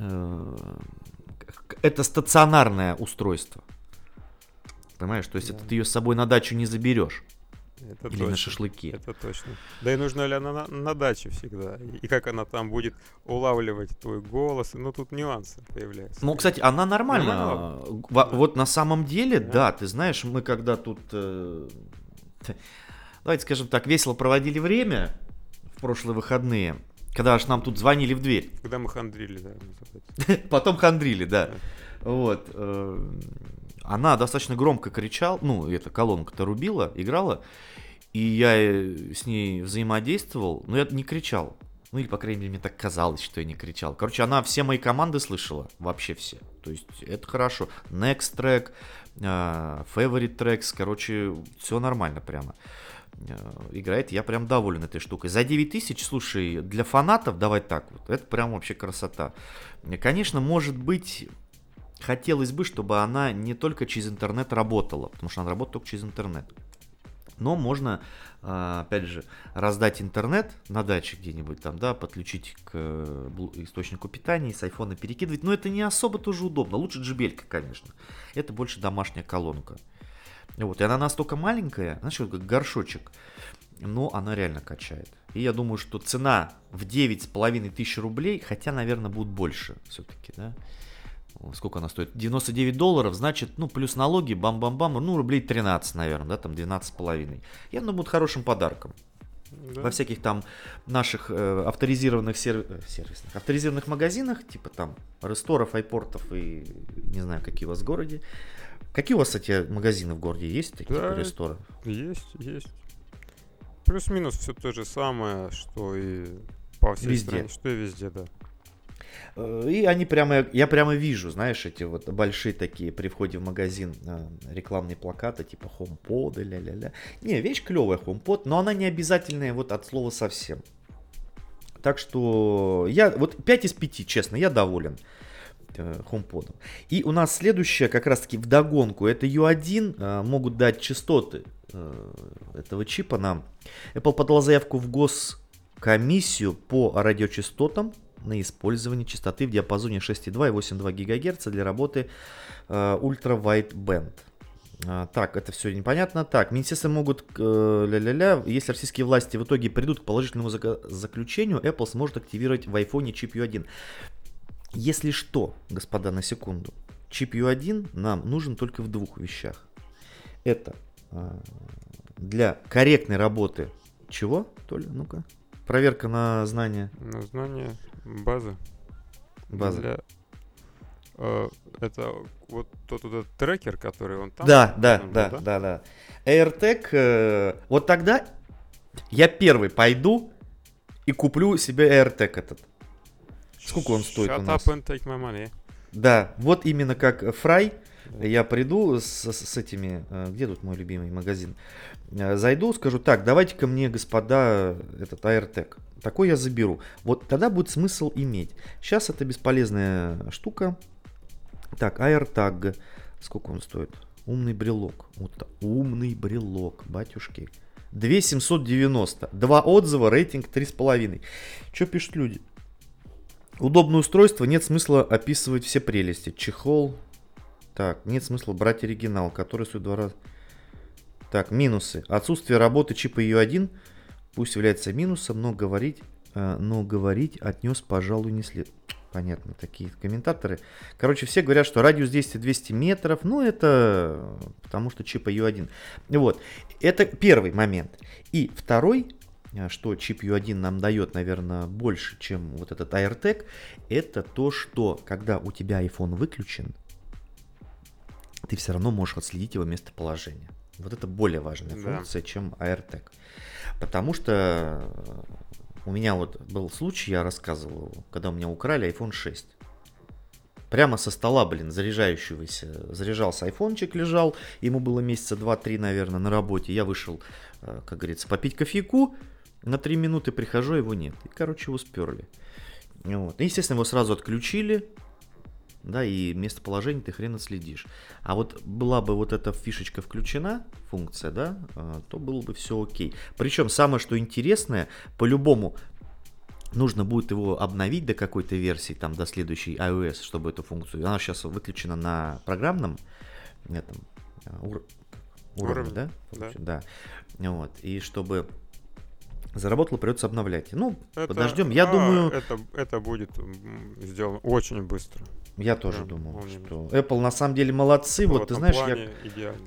Это стационарное устройство. Понимаешь, то есть да. это ты ее с собой на дачу не заберешь. Это Или точно, на шашлыки. Это точно. Да и нужна ли она на, на даче всегда? И, и как она там будет улавливать твой голос? Ну, тут нюансы появляются. Ну, кстати, она нормально. Ну, да. Вот на самом деле, да. да, ты знаешь, мы когда тут, э, давайте скажем так, весело проводили время в прошлые выходные, когда аж нам тут звонили в дверь. Когда мы хандрили, да. Потом хандрили, да. Вот. Она достаточно громко кричала, ну, эта колонка-то рубила, играла, и я с ней взаимодействовал, но я не кричал. Ну или, по крайней мере, мне так казалось, что я не кричал. Короче, она все мои команды слышала, вообще все. То есть это хорошо. Next track, э, favorite tracks, короче, все нормально прямо. Э, играет, я прям доволен этой штукой. За девять тысяч, слушай, для фанатов, давай так вот, это прям вообще красота. Конечно, может быть, хотелось бы, чтобы она не только через интернет работала, потому что она работает только через интернет. Но можно, опять же, раздать интернет на даче где-нибудь там, да, подключить к источнику питания и с айфона перекидывать. Но это не особо тоже удобно. Лучше джей би эл-ка, конечно. Это больше домашняя колонка. Вот. И она настолько маленькая, знаешь, вот как горшочек. Но она реально качает. И я думаю, что цена в девять с половиной тысяч рублей, хотя, наверное, будет больше все-таки, да. Сколько она стоит? девяносто девять долларов, значит, ну, плюс налоги, бам-бам-бам, ну, рублей тринадцать, наверное, да, там двенадцать с половиной. Я думаю, будет хорошим подарком. Да. Во всяких там наших э, авторизированных серв... сервисных, авторизированных магазинах, типа там ресторов, айпортов и не знаю, какие у вас в городе. Какие у вас, кстати, магазины в городе есть, такие да, типа ресторы? Есть, есть. Плюс-минус все то же самое, что и по всей везде. Стране, что и везде, да. И они прямо, я прямо вижу, знаешь, эти вот большие такие, при входе в магазин рекламные плакаты, типа HomePod, ля-ля-ля. Не, вещь клевая HomePod, но она не обязательная вот от слова совсем. Так что я, вот пять из пяти, честно, я доволен HomePod. И у нас следующее, как раз таки вдогонку, это ю один, могут дать частоты этого чипа нам. Apple подала заявку в госкомиссию по радиочастотам на использование частоты в диапазоне шесть и два и восемь и два гигагерца для работы э, ультра-вайд-бенд. А, так, это все непонятно. Так, министерства могут, э, ля-ля-ля, если российские власти в итоге придут к положительному зак- заключению, Apple сможет активировать в айфоне чип ю один. Если что, господа, на секунду, чип ю один нам нужен только в двух вещах. Это э, для корректной работы чего, Толя, ну-ка? Проверка на знание. На знание базы. База. Для, э, это вот тот этот трекер, который он там. Да, да, был, да, да, да, да. AirTag. Э, вот тогда я первый пойду и куплю себе AirTag этот. Сколько он стоит Shut у нас? Up and take my money. Да, вот именно как Fry. Я приду с, с этими, где тут мой любимый магазин, зайду, скажу, так, давайте-ка мне, господа, этот AirTag. Такой я заберу. Вот тогда будет смысл иметь. Сейчас это бесполезная штука. Так, AirTag. Сколько он стоит? Умный брелок. Вот умный брелок, батюшки. две тысячи семьсот девяносто. Два отзыва, рейтинг три с половиной. Что пишут люди? Удобное устройство, нет смысла описывать все прелести. Чехол. Так, нет смысла брать оригинал, который стоит два раза. Так, минусы. Отсутствие работы чипа ю один пусть является минусом, но говорить, э, но говорить отнес, пожалуй, не следует. Понятно, такие комментаторы. Короче, все говорят, что радиус действия двести метров. Ну, это потому что чипа ю один. Вот, это первый момент. И второй, что чип ю один нам дает, наверное, больше, чем вот этот AirTag, это то, что когда у тебя iPhone выключен, ты все равно можешь отследить его местоположение. Вот это более важная да. функция, чем AirTag. Потому что у меня вот был случай, я рассказывал, когда у меня украли айфон шесть. Прямо со стола, блин, заряжающегося, заряжался айфончик, лежал, ему было месяца два-три, наверное, на работе. Я вышел, как говорится, попить кофейку, на три минуты прихожу, его нет. И, короче, его сперли. Вот. И, естественно, его сразу отключили. Да, и местоположение ты хрен отследишь. А вот была бы вот эта фишечка включена, функция, да, то было бы все окей. Причем самое, что интересное, по-любому нужно будет его обновить до какой-то версии, там, до следующей iOS, чтобы эту функцию... Она сейчас выключена на программном этом, ур... уровне, да? Да. Да. Вот. И чтобы заработало, придется обновлять. Ну, это, подождем. Я а, думаю... Это, это будет сделано очень быстро. Я тоже Прям, думал, что Apple на самом деле молодцы. Вот, ты знаешь, я... идеально.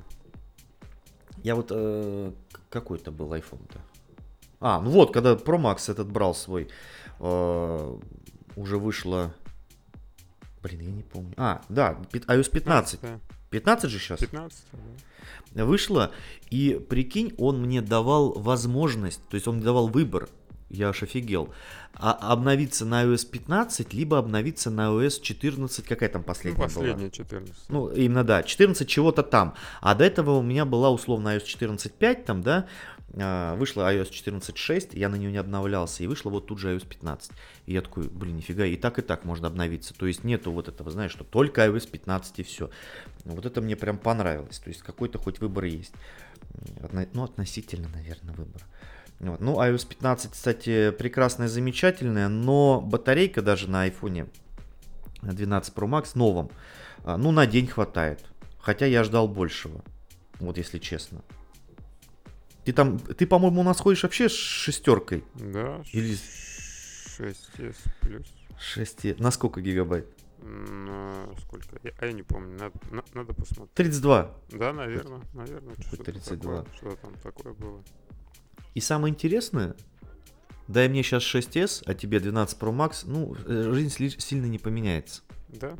Я вот... Э, какой это был iPhone-то? А, ну вот, когда Pro Max этот брал свой, э, уже вышло... Блин, я не помню. А, да, iOS пятнадцать. пятнадцать же сейчас? пятнадцать, да. Вышло, и прикинь, он мне давал возможность, то есть он мне давал выбор. Я аж офигел. А обновиться на ай о эс пятнадцать, либо обновиться на ай о эс четырнадцать, какая там последняя, ну, последняя была? четырнадцать. Ну, именно, да, четырнадцать чего-то там. А до этого у меня была условно ай о эс четырнадцать пять, там, да, вышла ай о эс четырнадцать шесть, я на нее не обновлялся, и вышла вот тут же ай о эс пятнадцать. И я такой, блин, нифига, и так, и так можно обновиться. То есть нету вот этого, знаешь, что только ай о эс пятнадцать и все. Вот это мне прям понравилось. То есть какой-то хоть выбор есть. Ну, относительно, наверное, выбор. Вот. Ну, ай о эс пятнадцать, кстати, прекрасная, замечательная, но батарейка даже на айфоне двенадцать про макс новом, ну, на день хватает. Хотя я ждал большего, вот если честно. Ты там, ты, по-моему, у нас ходишь вообще с шестеркой? Да, или шесть эс плюс. шесть, на сколько гигабайт? На сколько? Я, а я не помню, надо, на, надо посмотреть. тридцать два. Да, наверное, наверное. Что тридцать два. Такое, что там такое было. И самое интересное, дай мне сейчас шесть эс, а тебе двенадцать про макс, ну, жизнь сильно не поменяется. Да.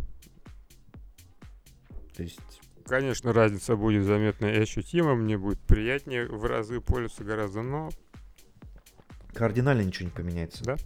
То есть... Конечно, разница будет заметна и ощутима, мне будет приятнее в разы пользоваться гораздо, но... Кардинально ничего не поменяется. Да.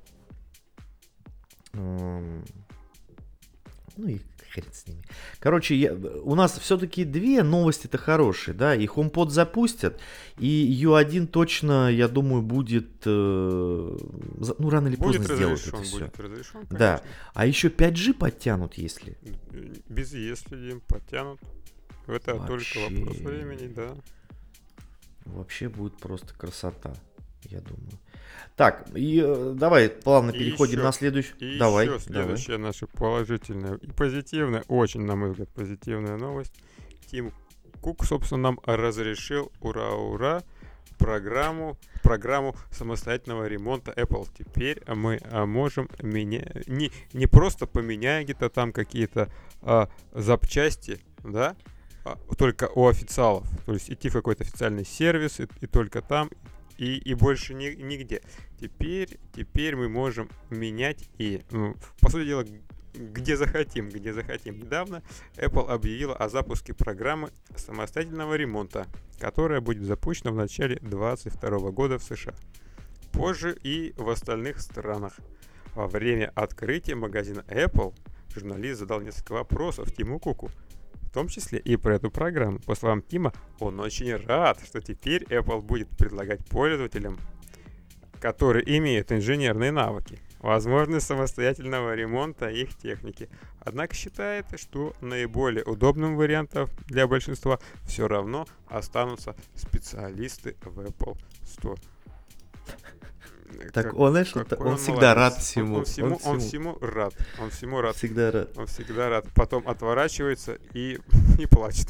Ну и хрен с ними. Короче, я, у нас все-таки две новости-то хорошие, да, и HomePod запустят, и ю один точно, я думаю, будет, э, ну, рано или будет поздно сделают это будет все. Разрешен, конечно. Да, а еще пять джи подтянут, если. Без если им подтянут. Это вообще... только вопрос времени, да. Вообще будет просто красота, я думаю. Так, и э, давай плавно и переходим еще, на следующую. И давай, еще следующая давай. наша положительная и позитивная, очень, на мой взгляд, позитивная новость. Тим Кук, собственно, нам разрешил, ура-ура, программу, программу самостоятельного ремонта Apple. Теперь мы а, можем менять, не, не просто поменяя где-то там какие-то а, запчасти, да, а, только у официалов. То есть идти в какой-то официальный сервис и, и только там, и, и больше ни, нигде. Теперь, теперь мы можем менять и, ну, по сути дела, где захотим, где захотим. Недавно Apple объявила о запуске программы самостоятельного ремонта, которая будет запущена в начале двадцать второго года в США. Позже и в остальных странах. Во время открытия магазина Apple журналист задал несколько вопросов Тиму Куку, в том числе и про эту программу. По словам Тима, он очень рад, что теперь Apple будет предлагать пользователям, которые имеют инженерные навыки, возможность самостоятельного ремонта их техники. Однако считает, что наиболее удобным вариантом для большинства все равно останутся специалисты в Apple Store. Так как, он, знаешь, он, он всегда молодец. Рад всему. Он, он, всему, он, всему. он всему рад. Он всему рад. Всегда рад. Он всегда рад. Потом отворачивается и, и плачет.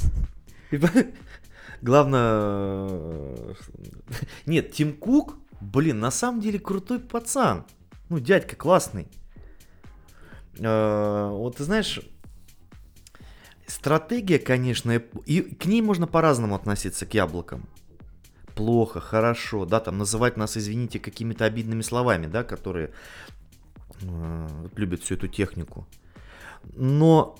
Главное... Нет, Тим Кук, блин, на самом деле крутой пацан. Ну, дядька классный. Вот ты знаешь, стратегия, конечно, и к ней можно по-разному относиться, к яблокам. Плохо, хорошо, да, там называть нас, извините, какими-то обидными словами, да, которые э, любят всю эту технику. Но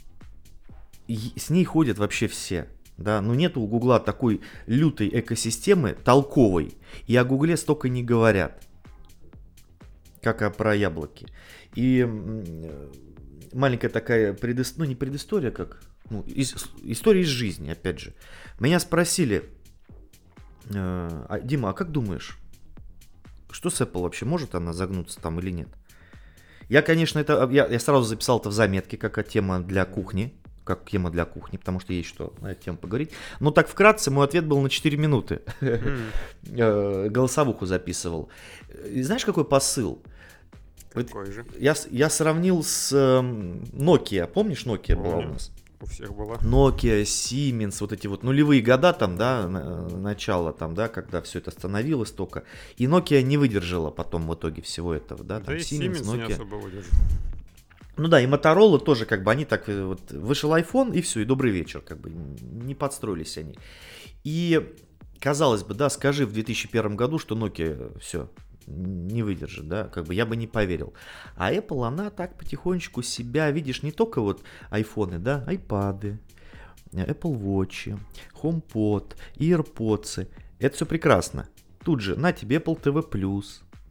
с ней ходят вообще все, да, но нет у Гугла такой лютой экосистемы, толковой, и о Гугле столько не говорят, как о, про яблоки. И э, маленькая такая предыстория, ну не предыстория, как, ну, из, история из жизни, опять же. Меня спросили: А, Дима, а как думаешь, что с Apple вообще, может она загнуться там или нет? Я, конечно, это я, я сразу записал это в заметке, как тема для кухни, как тема для кухни, потому что есть что на эту тему поговорить. Но так вкратце мой ответ был на четыре минуты. Mm. Голосовуху записывал. И знаешь, какой посыл? Какой же? Я, я сравнил с Nokia. Помнишь, Nokia была у нас? У всех была. Nokia, Siemens, вот эти вот нулевые года там, да, начало там, да, когда все это становилось только. И Nokia не выдержала потом в итоге всего этого, да. Да там и Siemens, Siemens Nokia. не особо выдержал. Ну да, и Motorola тоже, как бы, они так, вот, вышел iPhone, и все, и добрый вечер, как бы, не подстроились они. И, казалось бы, да, скажи в две тысячи первом году, что Nokia все не выдержит, да, как бы я бы не поверил. А Apple, она так потихонечку себя, видишь, не только вот айфоны, да, айпады, Apple Watch, HomePod, AirPods, это все прекрасно. Тут же, на тебе Apple ти ви плюс,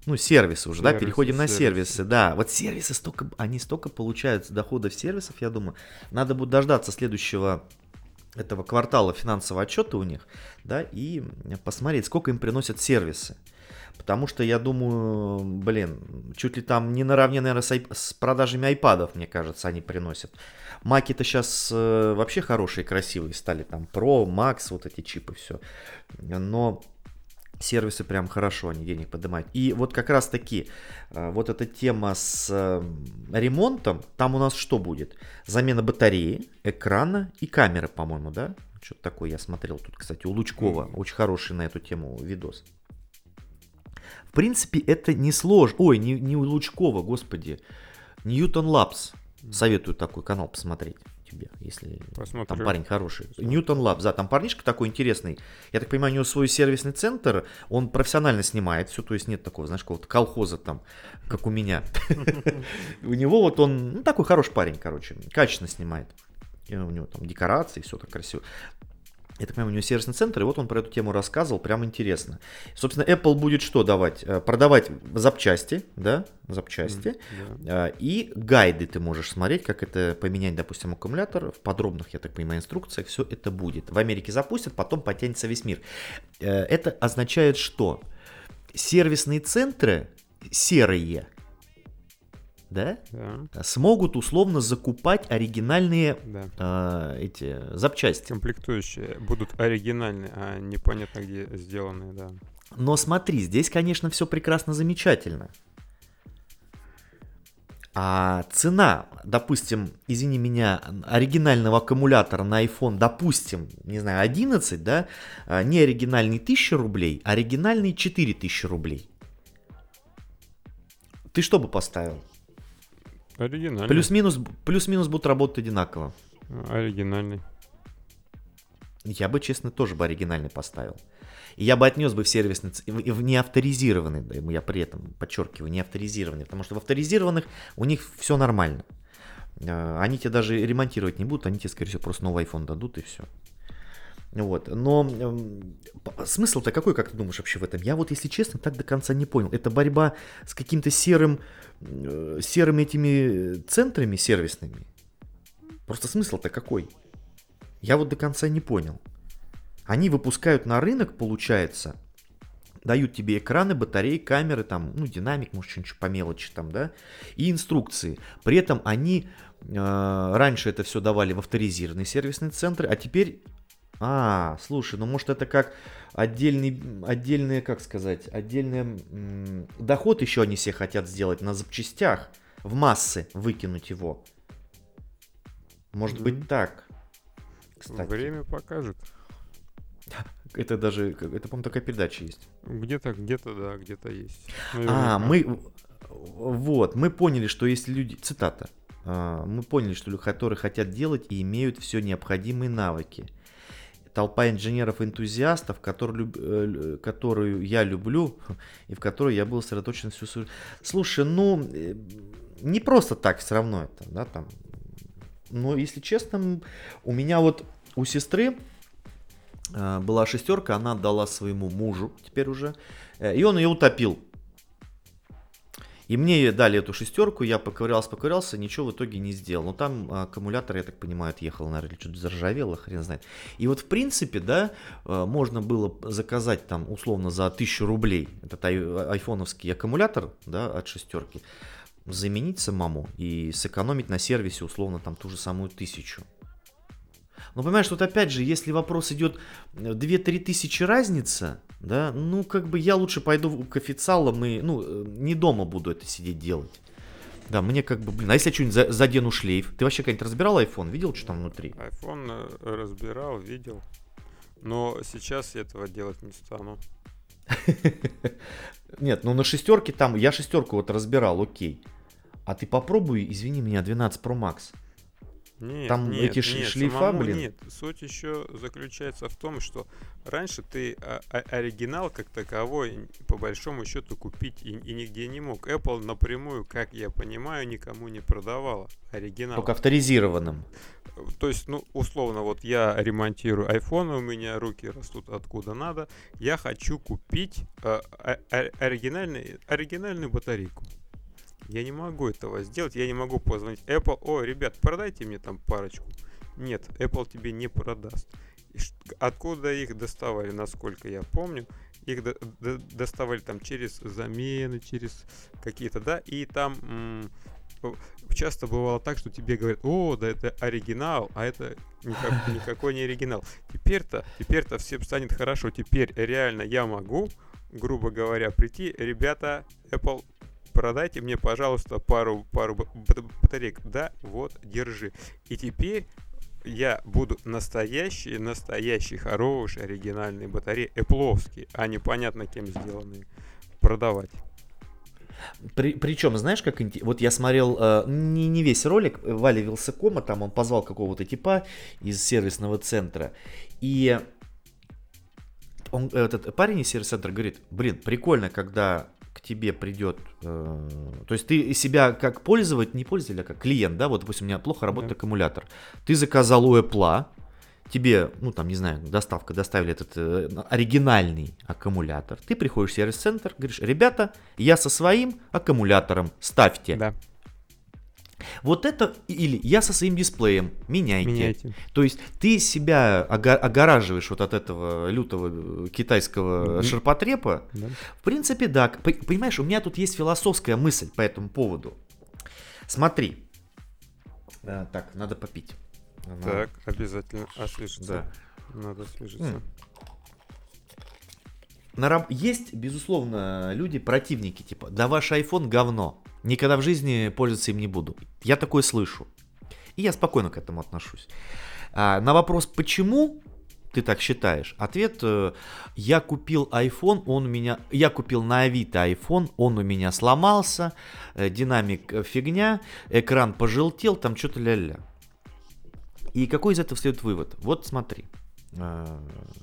Ну, сервисы уже, Сервисы, да, переходим на сервисы. сервисы, да. Вот сервисы столько, они столько получают доходов сервисов, я думаю. Надо будет дождаться следующего этого квартала финансового отчета у них, да, и посмотреть, сколько им приносят сервисы. Потому что я думаю, блин, чуть ли там не наравне, наверное, с, ай- с продажами айпадов, мне кажется, они приносят. Маки-то сейчас э, вообще хорошие, красивые стали, там, Pro, Max, вот эти чипы, все. Но сервисы прям хорошо, они денег поднимают. И вот как раз таки, э, вот эта тема с э, ремонтом, там у нас что будет? Замена батареи, экрана и камеры, по-моему, да? Что-то такое я смотрел тут, кстати, у Лучкова, очень хороший на эту тему видос. В принципе, это не сложно. Ой, не, не у Лучкова, господи. Ньютон Лабс. Советую такой канал посмотреть тебе, если Посмотрю. там парень хороший. Ньютон Лабс, да, там парнишка такой интересный. Я так понимаю, у него свой сервисный центр, он профессионально снимает все, то есть нет такого, знаешь, какого-то колхоза там, как у меня. У него вот он, ну, такой хороший парень, короче, качественно снимает. И у него там декорации, все так красиво. Я так понимаю, у него сервисный центр, и вот он про эту тему рассказывал, прям интересно. Собственно, Apple будет что давать? Э, Продавать запчасти, да, запчасти, Mm, э, и гайды ты можешь смотреть, как это поменять, допустим, аккумулятор. В подробных, я так понимаю, инструкциях все это будет. В Америке запустят, потом потянется весь мир. Э, Это означает, что сервисные центры серые, да, Да, смогут условно закупать оригинальные да. э, эти запчасти. Комплектующие будут оригинальные, а непонятно где сделанные, да. Но смотри, здесь, конечно, все прекрасно замечательно. А цена, допустим, извини меня, оригинального аккумулятора на iPhone, допустим, не знаю, одиннадцать, да, а, не оригинальный тысяча рублей, а оригинальный четыре тысячи рублей. Ты что бы поставил? Оригинальный. Плюс-минус, плюс-минус будут работать одинаково. Оригинальный. Я бы, честно, тоже бы оригинальный поставил. И я бы отнес бы в сервисный, ц- в в неавторизированный, да, я при этом подчеркиваю, неавторизированный, потому что в авторизированных у них все нормально. Э, Они тебе даже ремонтировать не будут, они тебе, скорее всего, просто новый iPhone дадут и все. Вот. Но эм, п- смысл-то какой, как ты думаешь, вообще в этом? Я вот, если честно, так до конца не понял. Это борьба с каким-то серым, э, серыми этими центрами сервисными? Просто смысл-то какой? Я вот до конца не понял. Они выпускают на рынок, получается, дают тебе экраны, батареи, камеры, там, ну, динамик, может, что-нибудь по мелочи там, да, и инструкции. При этом они э, раньше это все давали в авторизированные сервисные центры, а теперь... А, слушай, ну, может, это как отдельный, отдельный, как сказать, отдельный м, доход еще они все хотят сделать на запчастях, в массы выкинуть его. Может быть, Мгм. так. Кстати. Время покажет. Это даже, как- это, по-моему, такая передача есть. Где-то, где-то, да, где-то есть. А, Наверняка. мы, вот, мы поняли, что если люди, цитата, а, мы поняли, что люди, которые хотят делать и имеют все необходимые навыки. Толпа инженеров-энтузиастов, которые, люб- э, лю- которую я люблю и в которой я был сосредоточен всю свою... Слушай, ну, э, не просто так все равно это, да, там. Но, если честно, м, у меня вот у сестры э, была шестерка, она отдала своему мужу теперь уже, э, и он ее утопил. И мне дали эту шестерку, я поковырялся, поковырялся, ничего в итоге не сделал. Но там аккумулятор, я так понимаю, отъехал, наверное, или что-то заржавело, хрен знает. И вот в принципе, да, э, можно было заказать там условно за тысячу рублей этот ай- айфоновский аккумулятор, да, от шестерки, заменить самому и сэкономить на сервисе условно там ту же самую тысячу. Но понимаешь, тут опять же, если вопрос идет две-три тысячи разница, да, ну как бы я лучше пойду к официалам и, ну, э, не дома буду это сидеть делать. Да, мне как бы, блин, а если я что-нибудь за- задену шлейф? Ты вообще как-нибудь разбирал iPhone? Видел, что там внутри? iPhone э, разбирал, видел. Но сейчас я этого делать не стану. Нет, ну на шестерке там, я шестерку вот разбирал, окей. А ты попробуй, извини меня, двенадцать Pro Max. Нет, Там нет, эти ш- нет, шлейфа, самому блин. нет. Суть еще заключается в том, что раньше ты а, а- оригинал как таковой по большому счету купить и, и нигде не мог. Apple напрямую, как я понимаю, никому не продавала оригинал. Только авторизированным. То есть, ну, условно, вот я ремонтирую iPhone, у меня руки растут откуда надо. Я хочу купить а, а- а- оригинальный, оригинальную батарейку. Я не могу этого сделать, я не могу позвонить Apple, о, ребят, продайте мне там парочку. Нет, Apple тебе не продаст. И ш- Откуда их доставали, насколько я помню, их до- до- доставали там через замены, через какие-то, да, и там м, о, часто бывало так, что тебе говорят, о, да это оригинал, а это никак- никакой не оригинал. Теперь-то, теперь-то всем станет хорошо, теперь реально я могу, грубо говоря, прийти, ребята, Apple, продайте мне, пожалуйста, пару, пару б- б- батареек. Да, вот, держи. И теперь я буду настоящие, настоящие, хорошие, оригинальные батареи, эпловские, а не понятно кем сделанные, продавать. При, причем, знаешь, как инте- вот я смотрел э, не, не весь ролик Вали Вилсакома, там он позвал какого-то типа из сервисного центра, и он, этот парень из сервисного центра говорит, блин, прикольно, когда к тебе придет, э, то есть ты себя как пользователь, не пользователь, а как клиент, да, вот, допустим, у меня плохо работает Да. аккумулятор, ты заказал у Apple, тебе, ну там, не знаю, доставка, доставили этот э, оригинальный аккумулятор, ты приходишь в сервис-центр, говоришь, ребята, я со своим аккумулятором, ставьте. Да, Вот это, или я со своим дисплеем, меняйте. меняйте. То есть ты себя ога- огораживаешь вот от этого лютого э, китайского Мгм. ширпотреба. Да. В принципе, да. П- Понимаешь, у меня тут есть философская мысль по этому поводу. Смотри. Э, так, надо попить. Она- Так, обязательно освежиться. Да. Надо освежиться. М. На раб- Есть, безусловно, люди, противники, типа, да ваш iPhone говно, никогда в жизни пользоваться им не буду. Я такое слышу. И я спокойно к этому отношусь. А, на вопрос, почему ты так считаешь? Ответ, э, я купил iPhone, он у меня, я купил на Авито iPhone, он у меня сломался, э, динамик э, фигня, экран пожелтел, там что-то ля-ля. И какой из этого следует вывод? Вот смотри. Э,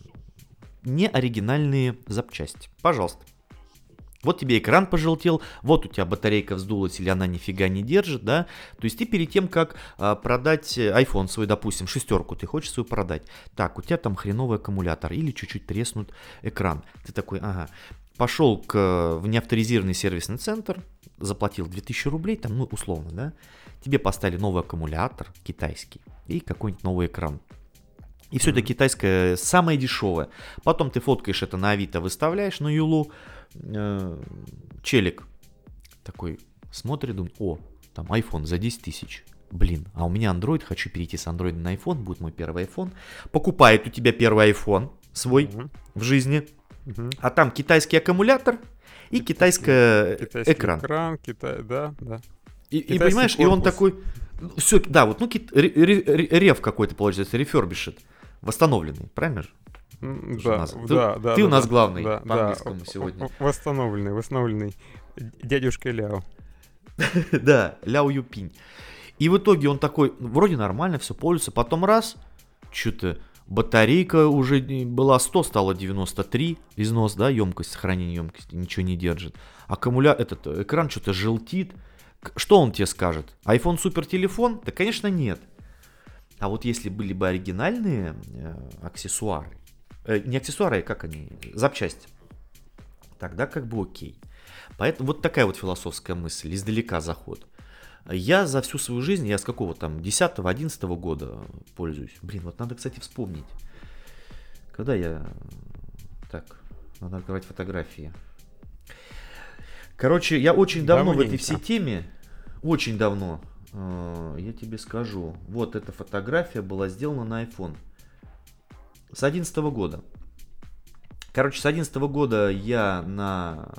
не оригинальные запчасти. Пожалуйста. Вот тебе экран пожелтел, вот у тебя батарейка вздулась или она нифига не держит, да. То есть ты перед тем, как а, продать iPhone свой, допустим, шестерку, ты хочешь свою продать. Так, у тебя там хреновый аккумулятор или чуть-чуть треснут экран. Ты такой, ага. Пошел к, в неавторизированный сервисный центр, заплатил две тысячи рублей, там, ну, условно, да. Тебе поставили новый аккумулятор китайский и какой-нибудь новый экран. И все это китайское самое дешевое. Потом ты фоткаешь это на Авито, выставляешь на Юлу. Э, челик такой смотрит, думает, о, там iPhone за десять тысяч. Блин, а у меня Android, хочу перейти с Android на iPhone, будет мой первый iPhone. Покупает у тебя первый iPhone свой Мгм. в жизни. Мгм. А там китайский аккумулятор и китайский Китайский экран. экран, Китай, да, да. И, и Китайский понимаешь, и он корпус. такой, все, да, вот, ну, кит- ре- ре- ре- рев какой-то получается, рефербишит, восстановленный, правильно же? М, Что Да, у нас- ты- да, да. ты у да, нас да, главный да, по да. английскому В- сегодня. в- Восстановленный, восстановленный. Дядюшка Ляо. Да, Ляо Юпинь. И в итоге он такой, ну, вроде нормально, все пользуется, потом раз, что-то батарейка уже не- была сто, стала девяносто три, износ, да, емкость, сохранение емкости, ничего не держит. Аккумулятор, этот э, экран что-то желтит. К- Что он тебе скажет? iPhone супер телефон? Да, конечно, нет. А вот если были бы оригинальные э, аксессуары, э, не аксессуары, а как они, запчасти, тогда как бы окей. Поэтому вот такая вот философская мысль, издалека заход. Я за всю свою жизнь, я с какого там, десятого-одиннадцатого года пользуюсь. Блин, вот надо, кстати, вспомнить. Когда я... Так, надо открывать фотографии. Короче, я очень давно в этой Давненько. всей теме, очень давно, э, я тебе скажу. Вот эта фотография была сделана на iPhone. С одиннадцатого года. Короче, с одиннадцатого года я на...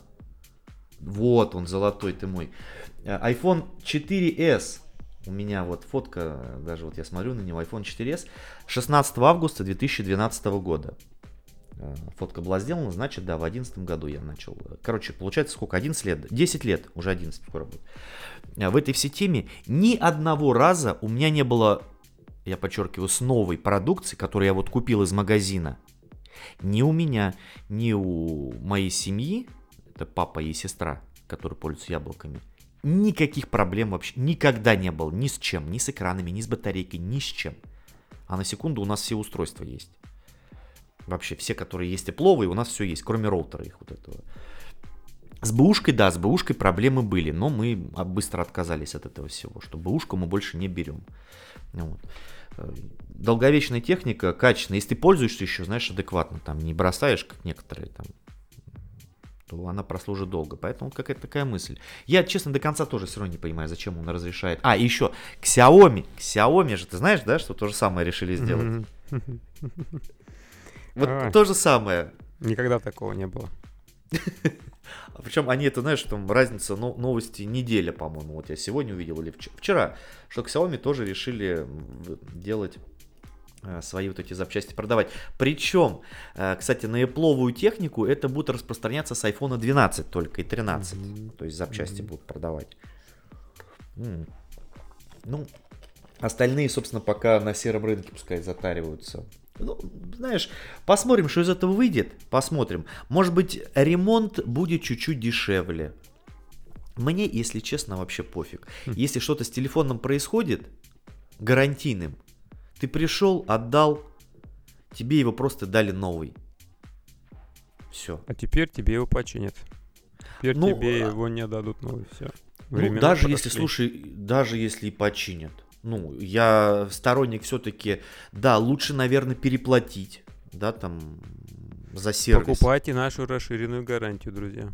Вот он, золотой ты мой. Э, iPhone четыре эс. У меня вот фотка, даже вот я смотрю на него, iPhone четыре эс. шестнадцатого августа две тысячи двенадцатого года. Э, Фотка была сделана, значит, да, в одиннадцатом году я начал. Короче, получается сколько? одиннадцать лет. десять лет, уже одиннадцать скоро будет. Э, В этой всей теме ни одного раза у меня не было я подчеркиваю, с новой продукцией, которую я вот купил из магазина, ни у меня, ни у моей семьи, это папа и сестра, которые пользуются яблоками, никаких проблем вообще никогда не было, ни с чем, ни с экранами, ни с батарейкой, ни с чем. А на секунду у нас все устройства есть. Вообще все, которые есть Apple'овые, у нас все есть, кроме роутера их вот этого. С бэушкой, да, с бэушкой проблемы были, но мы быстро отказались от этого всего, что бэушку мы больше не берем. Вот. Долговечная техника, качественная. Если ты пользуешься еще, знаешь, адекватно, там, не бросаешь, как некоторые, там, то она прослужит долго. Поэтому вот какая-то такая мысль. Я, честно, до конца тоже все равно не понимаю, зачем он разрешает. А, и еще, Xiaomi. Xiaomi же, ты знаешь, да, что то же самое решили сделать? Вот то же самое. Никогда такого не было. Причем они, это, знаешь, там разница, ну, новости неделя, по-моему, вот я сегодня увидел, или вчера, что Xiaomi тоже решили делать свои вот эти запчасти, продавать. Причем, кстати, на Apple'овую технику это будет распространяться с айфон двенадцать только и тринадцать, mm-hmm. то есть запчасти mm-hmm. будут продавать. Mm. Ну, остальные, собственно, пока на сером рынке, пускай затариваются. Ну, знаешь, посмотрим, что из этого выйдет. Посмотрим. Может быть, ремонт будет чуть-чуть дешевле. Мне, если честно, вообще пофиг. Если что-то с телефоном происходит, гарантийным, ты пришел, отдал, тебе его просто дали новый. Все. А теперь тебе его починят. Теперь ну, тебе его не отдадут новый. Все. Ну, даже если, слушай, даже если и починят. Ну, я сторонник все-таки, да, лучше, наверное, переплатить, да, там, за сервис. Покупайте нашу расширенную гарантию, друзья.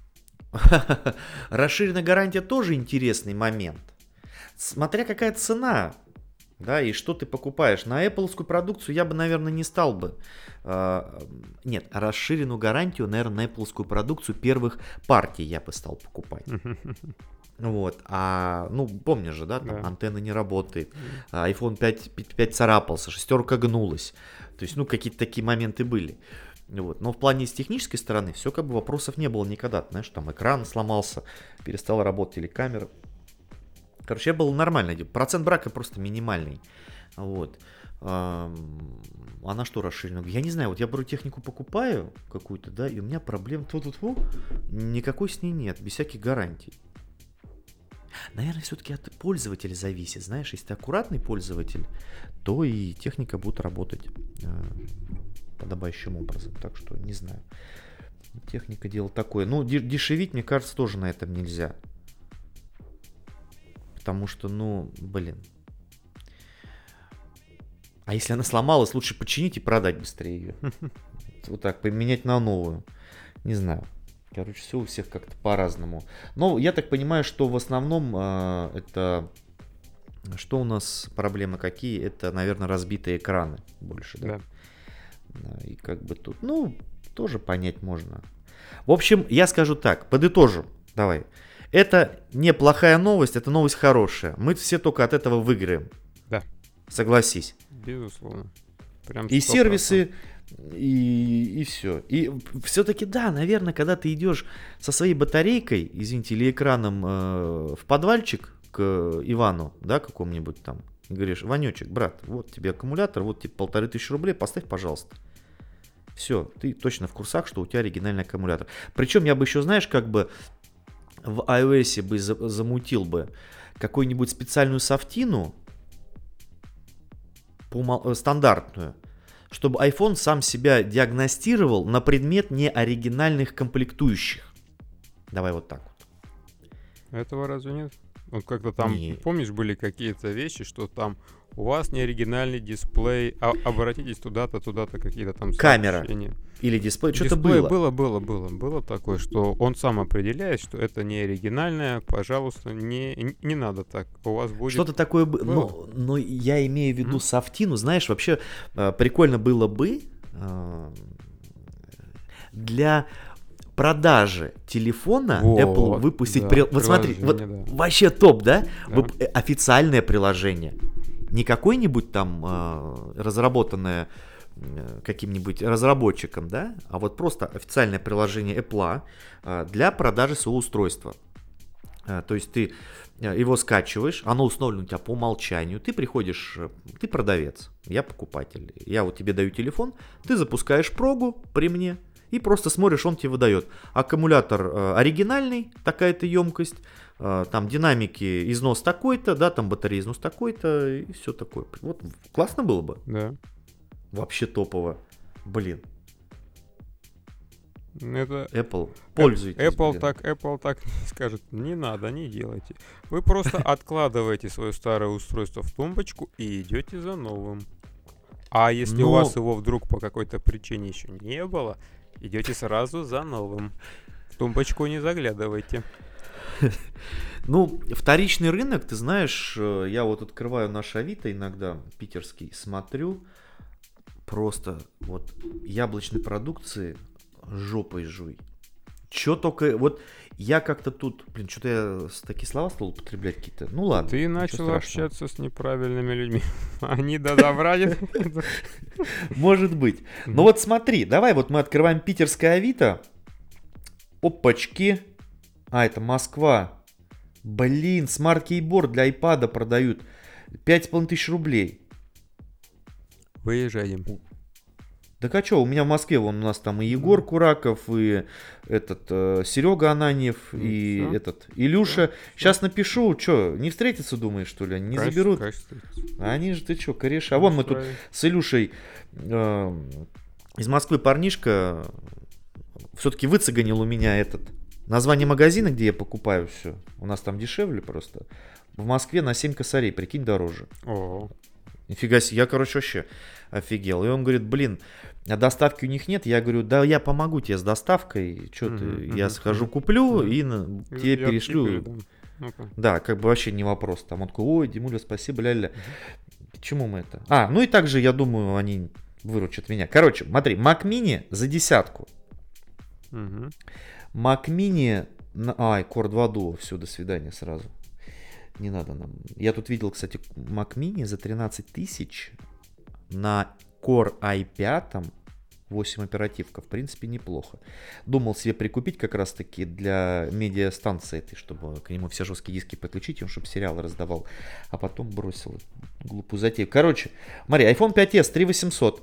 Расширенная гарантия тоже интересный момент. Смотря какая цена, да, и что ты покупаешь. На Apple-скую продукцию я бы, наверное, не стал бы. Нет, расширенную гарантию, наверное, на Apple-скую продукцию первых партий я бы стал покупать. Вот, а, ну, помнишь же, да, там да. антенна не работает, айфон пять, пять царапался, шестерка гнулась, то есть, ну, какие-то такие моменты были, вот, но в плане с технической стороны все как бы вопросов не было никогда, знаешь, там экран сломался, перестала работать или камера, короче, было нормально, процент брака просто минимальный, вот, а на что расширено? Я не знаю, вот я беру технику, покупаю какую-то, да, и у меня проблем тьфу-тьфу-тьфу, никакой с ней нет, без всяких гарантий. Наверное, все-таки от пользователя зависит. Знаешь, если ты аккуратный пользователь, то и техника будет работать э, подобающим образом. Так что, не знаю. Техника дело такое. Ну, дешевить, мне кажется, тоже на этом нельзя. Потому что, ну, блин. А если она сломалась, лучше починить и продать быстрее ее. Вот так, поменять на новую. Не знаю. Короче, все у всех как-то по-разному. Но я так понимаю, что в основном э, это... Что у нас проблемы какие? Это, наверное, разбитые экраны больше, да? Да. Да, и как бы тут, ну, тоже понять можно. В общем, я скажу так, подытожу. Давай. Это неплохая новость, это новость хорошая. Мы все только от этого выиграем. Да. Согласись. Безусловно. Прям и сервисы... И, и все. И все-таки, да, наверное, когда ты идешь со своей батарейкой, извините, или экраном э, в подвальчик к Ивану, да, какому-нибудь там, и говоришь: Ванечек, брат, вот тебе аккумулятор, вот тебе полторы тысячи рублей, поставь, пожалуйста. Все, ты точно в курсах, что у тебя оригинальный аккумулятор. Причем я бы еще, знаешь, как бы в iOS бы замутил бы какую-нибудь специальную софтину, по, стандартную, чтобы iPhone сам себя диагностировал на предмет неоригинальных комплектующих. Давай вот так вот. Этого разве нет? Вот как-то там, не. Помнишь, были какие-то вещи, что там у вас не оригинальный дисплей, а обратитесь туда-то, туда-то, какие-то там камера сообщения. Или дисплей, что-то дисплей было. Было, было, было, было такое, что он сам определяет, что это не оригинальное, пожалуйста, не, не надо так, у вас будет... Что-то такое было, но, но я имею в виду mm-hmm. софтину, знаешь, вообще прикольно было бы для... продажи телефона вот, Apple выпустить... Да, при... Вот смотри, вот да. Вообще топ, да? да? Официальное приложение. Не какое-нибудь там э, разработанное э, каким-нибудь разработчиком, да? А вот просто официальное приложение Apple э, для продажи своего устройства. Э, то есть ты его скачиваешь, оно установлено у тебя по умолчанию, ты приходишь, ты продавец, я покупатель, я вот тебе даю телефон, ты запускаешь прогу при мне и просто смотришь, он тебе выдает. Аккумулятор э, оригинальный, такая-то емкость, э, там динамики, износ такой-то, да, там батарея износ такой-то и все такое. Вот классно было бы. Да. Вообще топово. Блин. Это... Apple, пользуйтесь. Apple блин. так, Apple так скажет, не надо, не делайте. Вы просто откладываете свое старое устройство в тумбочку и идете за новым. А если Но... у вас его вдруг по какой-то причине еще не было, идете сразу за новым. В тумбочку не заглядывайте. Ну, вторичный рынок, ты знаешь, я вот открываю наш Авито иногда, питерский, смотрю, просто вот яблочной продукции жопой жуй. Чё только, вот я как-то тут, блин, что-то я такие слова стал употреблять какие-то, ну ладно. Ты начал общаться с неправильными людьми. Они до добра не... Может быть. Ну вот смотри, давай вот мы открываем питерское Авито. Опачки. А, это Москва. Блин, смарт-кейборд для айпада продают. Пять с половиной тысяч рублей. Выезжаем. Так а что, у меня в Москве, вон у нас там и Егор Кураков, и этот э, Серега Ананьев, ну, и все. Этот Илюша. Все. Сейчас напишу, что, не встретиться, думаешь, что ли? Они не конечно, заберут? Конечно. А они же, ты что, кореша? А вон мы тут с Илюшей э, из Москвы парнишка все-таки выцеганил у меня этот название магазина, где я покупаю все. У нас там дешевле просто. В Москве на семь косарей, прикинь, дороже. О. Нифига себе, я, короче, вообще офигел. И он говорит, блин, а доставки у них нет? Я говорю, да я помогу тебе с доставкой. Что uh-huh, ты, uh-huh, я схожу, uh-huh. куплю uh-huh. и на, тебе я перешлю. Тебе okay. Да, как бы вообще не вопрос. Там он такой, ой, Димуля, спасибо, ля-ля. Uh-huh. К чему мы это? А, ну и также, я думаю, они выручат меня. Короче, смотри, Mac Mini за десятку. Uh-huh. Mac Mini, ай, Core два Duo, все, до свидания сразу. Не надо нам. Я тут видел, кстати, Mac Mini за тринадцать тысяч на Core ай пять, восемь оперативка. В принципе, неплохо. Думал себе прикупить как раз-таки для медиастанции этой, чтобы к нему все жесткие диски подключить, он чтобы сериалы раздавал. А потом бросил глупую затею. Короче, смотри, iPhone пять эс три восемьсот.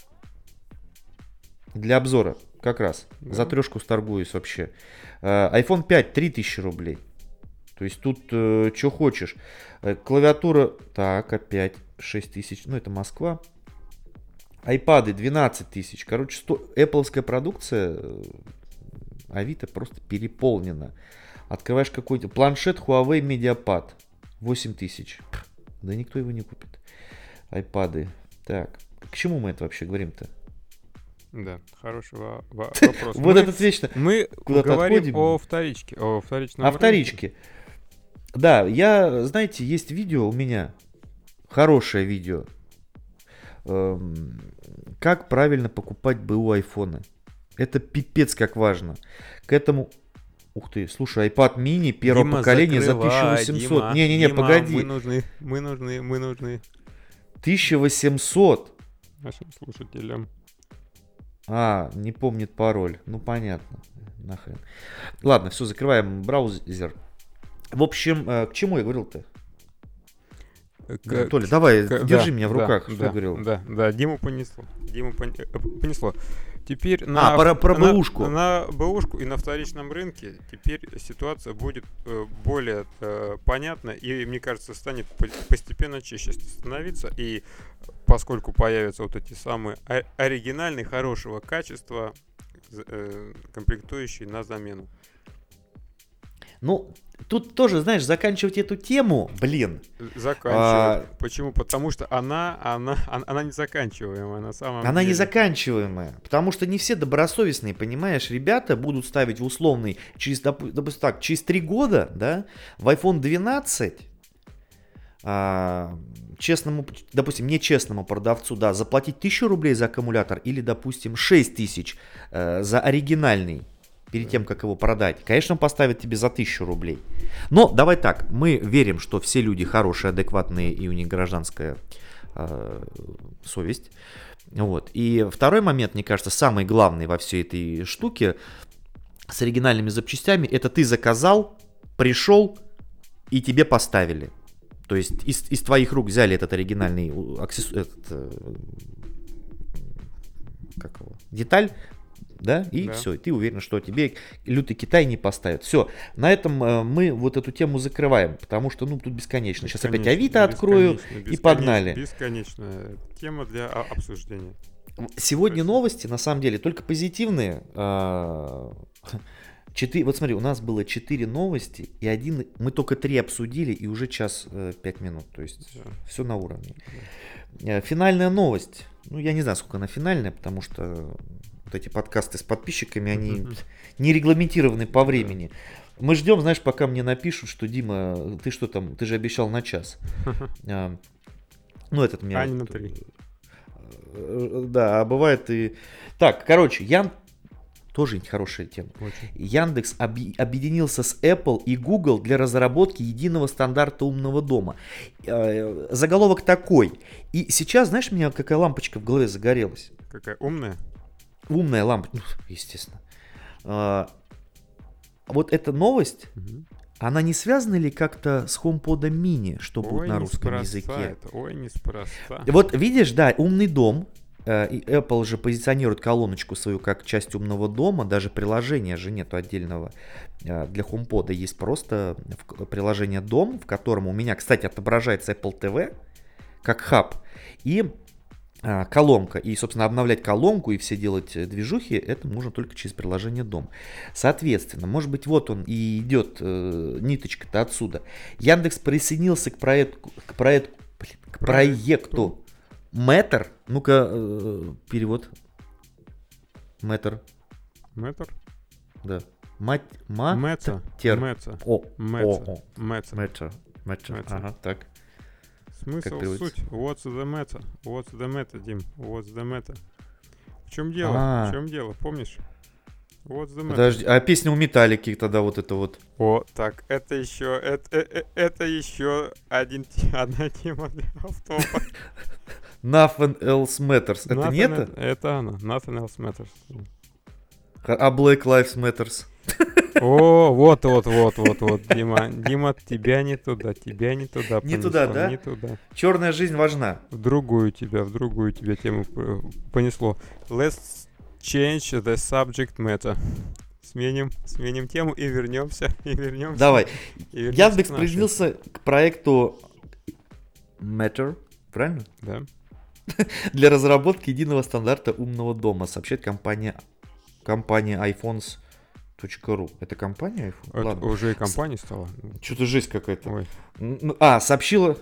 Для обзора, как раз. Да. За трешку сторгуюсь вообще. iPhone пять три тысячи рублей. То есть тут э, что хочешь. Э, клавиатура, так, опять шесть тысяч, ну это Москва. Айпады двенадцать тысяч. Короче, сто... Apple'ская продукция, э, Авито просто переполнена. Открываешь какой-то планшет Huawei MediaPad, восемь тысяч. Да никто его не купит. Айпады. Так, к чему мы это вообще говорим-то? Да, хороший вопрос. Вот этот вечно. Мы говорим о вторичке. О вторичном. О вторичке. Да, я, знаете, есть видео у меня, хорошее видео, эм, как правильно покупать БУ айфоны. Это пипец как важно. К этому, ух ты, слушай, iPad mini первого Дима, поколения закрывай, за тысяча восемьсот. Не-не-не, погоди. Мы нужны, мы нужны, мы нужны. тысяча восемьсот. Нашим слушателям. А, не помнит пароль. Ну, понятно. Нахрен. Ладно, все, закрываем браузер. В общем, к чему я говорил-то? К... Толя, давай, к... держи да, меня в руках. Да, что да, я говорил? Да, да, Диму понесло. Диму пон... понесло. Теперь на, а, про, про на, БУшку. На, на БУшку и на вторичном рынке теперь ситуация будет э, более э, понятна и, мне кажется, станет постепенно чаще становиться. И поскольку появятся вот эти самые оригинальные, хорошего качества, э, комплектующие на замену. Ну, тут тоже, знаешь, заканчивать эту тему, блин. Заканчивать. А... Почему? Потому что она, она, она, она не заканчиваемая на самом она деле. Она не заканчиваемая, потому что не все добросовестные, понимаешь, ребята будут ставить в условный, через, допустим, так, через три года, да, в айфон двенадцать, а, честному, допустим, нечестному продавцу, да, заплатить тысячу рублей за аккумулятор или, допустим, шесть тысяч а, за оригинальный. Перед тем, как его продать. Конечно, он поставит тебе за тысячу рублей. Но давай так, мы верим, что все люди хорошие, адекватные, и у них гражданская э, совесть. Вот. И второй момент, мне кажется, самый главный во всей этой штуке с оригинальными запчастями, это ты заказал, пришел, и тебе поставили. То есть из, из твоих рук взяли этот оригинальный аксессуар, этот, э, как его, деталь, да, и да. все, и ты уверен, что тебе лютый Китай не поставит. Все, на этом э, мы вот эту тему закрываем, потому что, ну, тут бесконечно. Сейчас опять Авито открою и погнали. Бесконечная тема для обсуждения. Сегодня новости, на самом деле, только позитивные. Четыре, вот смотри, у нас было четыре новости, и один, мы только три обсудили, и уже час пять минут. То есть все, все на уровне. Да. Финальная новость. Ну, я не знаю, сколько она финальная, потому что вот эти подкасты с подписчиками, они не регламентированы по времени. Мы ждем, знаешь, пока мне напишут, что Дима, ты что там, ты же обещал на час. Ну, этот мне... А не на три. Да, а бывает и... Так, короче, Ян... Тоже хорошая тема. Очень. Яндекс объ... объединился с Apple и Google для разработки единого стандарта умного дома. Э, заголовок такой. И сейчас, знаешь, у меня какая лампочка в голове загорелась? Какая умная? Умная лампочка, ну, естественно. Э, вот эта новость, угу. Она не связана ли как-то с HomePod Mini, что Ой, будет на русском языке? Это. Ой, неспроста. Вот видишь, да, умный дом. И Apple же позиционирует колоночку свою как часть умного дома, даже приложения же нету отдельного для HomePod, есть просто приложение Дом, в котором у меня, кстати, отображается Apple ти ви как хаб и колонка, и, собственно, обновлять колонку и все делать движухи, это можно только через приложение Дом. Соответственно, может быть, вот он и идет, э, ниточка-то отсюда. Яндекс присоединился к проекту, к проекту, блин, к проекту Matter, ну-ка, э, перевод. Matter. Matter? Да. Мать, ма, Мэтца. Тер. Мэтца. О, Мэтца. О, Мэтца. Matter. Matter. Ага, так. Смысл, суть. What's the matter? What's the matter, Дим? What's the matter? В чем дело? А-а-а. В чем дело? Помнишь? What's the matter? Подожди, а песня у Металлики тогда вот это вот. О, так, это еще, это, это, это еще один, одна тема для автопа. Nothing else matters. Это Nothing не это? Это она. Nothing else matters. А Black Lives Matters. О, вот, вот, вот, вот, вот, Дима, Дима, тебя не туда, тебя не туда понесло. Не туда, да? Не туда. Черная жизнь важна. В другую тебя, в другую тебя тему понесло. Let's change the subject matter. Сменим, сменим тему и вернемся, и вернемся. Давай. И вернемся Яндекс присоединился к проекту Matter, правильно? Да. Для разработки единого стандарта умного дома, сообщает компания, компания айфонс точка ру. Это компания iPhone? Это Ладно. уже и компания стала. Что-то жесть какая-то. Ой. А, сообщила...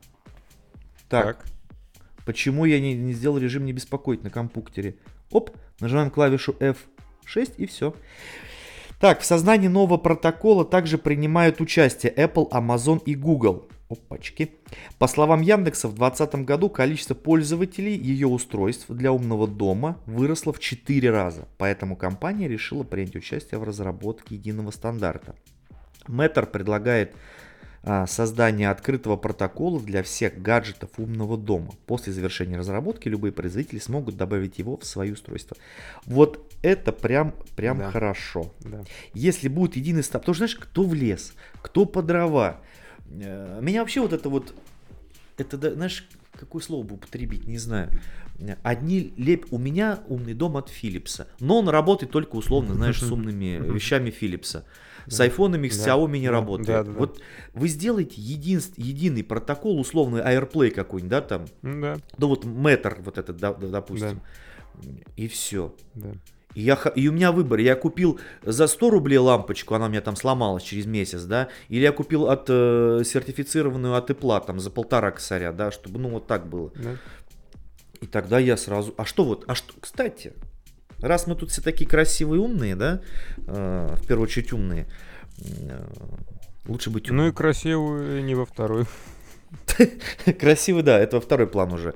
Так. так. Почему я не, не сделал режим не беспокоить на компьютере? Оп, нажимаем клавишу эф шесть и все. Так, в создании нового протокола также принимают участие Apple, Amazon и Google. Опачки. По словам Яндекса, в двадцать двадцатом году количество пользователей ее устройств для умного дома выросло в четыре раза. Поэтому компания решила принять участие в разработке единого стандарта. Matter предлагает а, создание открытого протокола для всех гаджетов умного дома. После завершения разработки любые производители смогут добавить его в свои устройства. Вот это прям, прям да. хорошо. Да. Если будет единый стандарт, потому что знаешь, кто в лес, кто по дрова. Меня вообще вот это вот, это, знаешь, какое слово бы употребить, не знаю. Одни леп... У меня умный дом от Philips'а, но он работает только условно, знаешь, с умными вещами Philips'а. С айфонами, с Xiaomi не работает. Да, да, да. Вот вы сделаете един... единый протокол, условный AirPlay какой-нибудь, да, там. Да. Да вот Matter вот этот, допустим. Да. И все. Да. И, я, и у меня выбор, я купил за сто рублей лампочку, она у меня там сломалась через месяц, да, или я купил от, э, сертифицированную от Apple там за полтора косаря, да, чтобы, ну, вот так было. Да. И тогда я сразу, а что вот, а что, кстати, раз мы тут все такие красивые, умные, да, э, в первую очередь умные, э, лучше быть умным. Ну и красивые не во второй. Красивый, да, это во второй план уже.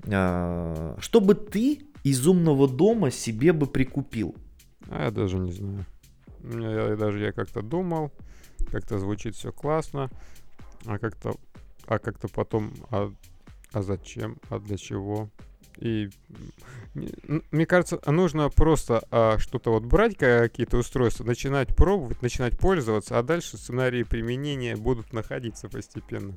Чтобы ты из умного дома себе бы прикупил? А я даже не знаю. Я, я даже я как-то думал, как-то звучит все классно, а как-то, а как-то потом, а, а зачем, а для чего? И мне кажется, нужно просто а, что-то вот брать, какие-то устройства, начинать пробовать, начинать пользоваться, а дальше сценарии применения будут находиться постепенно.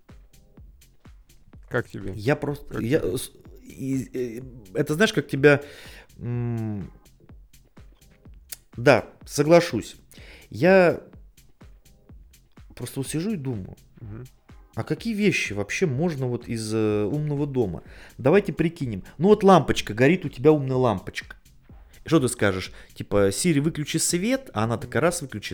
Как тебе? Я просто... Как Я, тебе? И, и, это знаешь, как тебя... М- да, соглашусь. Я просто вот сижу и думаю, Угу. а какие вещи вообще можно вот из э, умного дома? Давайте прикинем. Ну вот лампочка, горит у тебя умная лампочка. Что ты скажешь? Типа, Siri, выключи свет, а она такая раз выключит.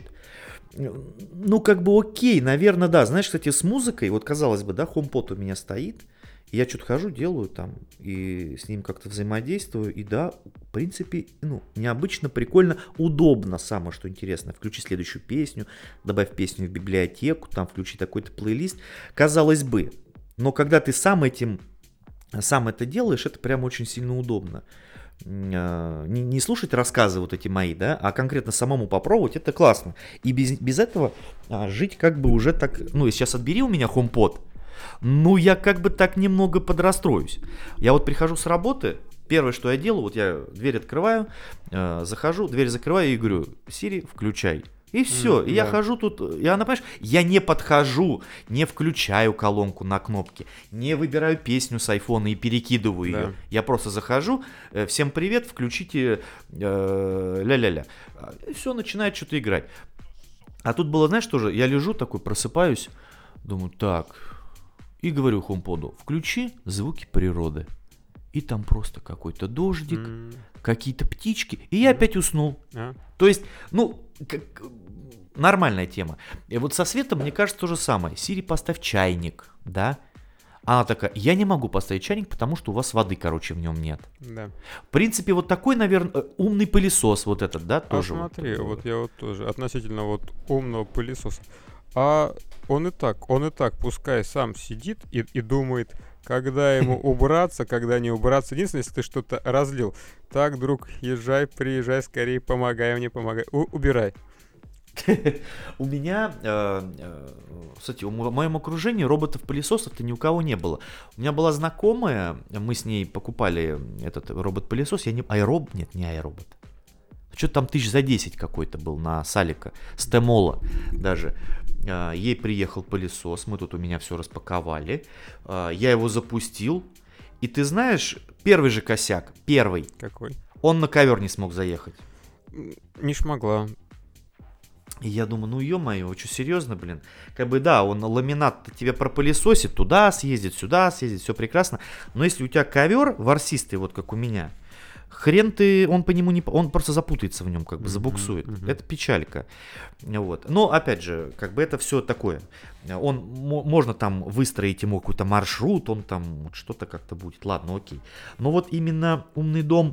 Ну, как бы окей, наверное, да. Знаешь, кстати, с музыкой, вот казалось бы, да, HomePod у меня стоит, и я что-то хожу, делаю там, и с ним как-то взаимодействую, и да, в принципе, ну, необычно, прикольно, удобно, самое что интересно. Включи следующую песню, добавь песню в библиотеку, там, включи такой-то плейлист. Казалось бы, но когда ты сам этим, сам это делаешь, это прям очень сильно удобно. Не, не слушать рассказы вот эти мои, да, а конкретно самому попробовать, это классно. И без, без этого а, жить как бы уже так, ну, сейчас отбери у меня HomePod, ну, я как бы так немного подрастроюсь. Я вот прихожу с работы, первое, что я делаю, вот я дверь открываю, э, захожу, дверь закрываю и говорю, Siri, включай. И все, Mm, и я да. хожу тут, и она, понимаешь, я не подхожу, не включаю колонку на кнопки, не выбираю песню с айфона и перекидываю Да. ее. Я просто захожу, э, всем привет, включите э, ля-ля-ля. И все, начинает что-то играть. А тут было, знаешь, тоже, я лежу такой, просыпаюсь, думаю, так, и говорю HomePod'у, включи звуки природы. И там просто какой-то дождик, Mm. какие-то птички, и я опять уснул. А? То есть, ну, как, нормальная тема. И вот со светом, мне кажется, то же самое. Siri, поставь чайник, да? Она такая, я не могу поставить чайник, потому что у вас воды, короче, в нем нет. Да. В принципе, вот такой, наверное, умный пылесос вот этот, да, А тоже. смотри, вот, вот я вот тоже относительно вот умного пылесоса. А он и так, он и так, пускай сам сидит и, и думает, когда ему убраться, когда не убраться. Единственное, если ты что-то разлил. Так, друг, езжай, приезжай, скорее, помогай мне, помогай. У- убирай. У меня, э, э, кстати, в мо- моем окружении роботов-пылесосов-то ни у кого не было. У меня была знакомая, мы с ней покупали этот робот-пылесос, я не... Айроб? Нет, не Айробот. Что-то там тысяч за десять какой-то был на Салика, Стемола даже. Э, Ей приехал пылесос, мы тут у меня все распаковали. Э, Я его запустил. И ты знаешь, первый же косяк, первый, Какой? он на ковер не смог заехать. М, Не шмогла. И я думаю, ну ё-моё, что, серьезно, блин? Как бы да, он ламинат тебе пропылесосит, туда съездит, сюда съездит, все прекрасно. Но если у тебя ковер ворсистый, вот как у меня, хрен ты, он по нему не... Он просто запутается в нем, как бы Мгм, забуксует. мгм. Это печалька. Вот. Но, опять же, как бы это все такое. Он, мо- можно там выстроить ему какой-то маршрут, он там вот что-то как-то будет. Ладно, окей. Но вот именно умный дом...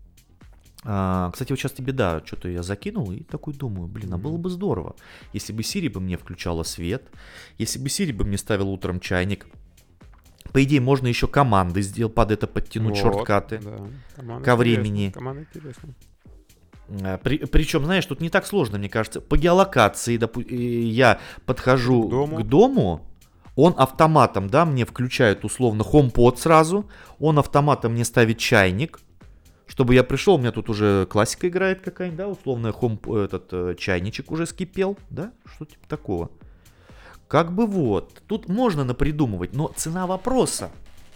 А, кстати, вот сейчас тебе, да, что-то я закинул и такой думаю, блин, а было бы здорово, если бы Siri бы мне включала свет, если бы Siri бы мне ставила утром чайник. По идее, можно еще команды сделать, под это подтянуть, Вот, шорткаты да. Команда ко интересная, времени. Команда интересная. А, При, причем, знаешь, тут не так сложно, мне кажется. По геолокации, допу- и я подхожу К дому. к дому, он автоматом, да, мне включает условно HomePod сразу, он автоматом мне ставит чайник, чтобы я пришел, у меня тут уже классика играет какая-нибудь, да, условно, хом, этот э, чайничек уже скипел, да, что типа такого. Как бы вот, тут можно напридумывать, но цена вопроса,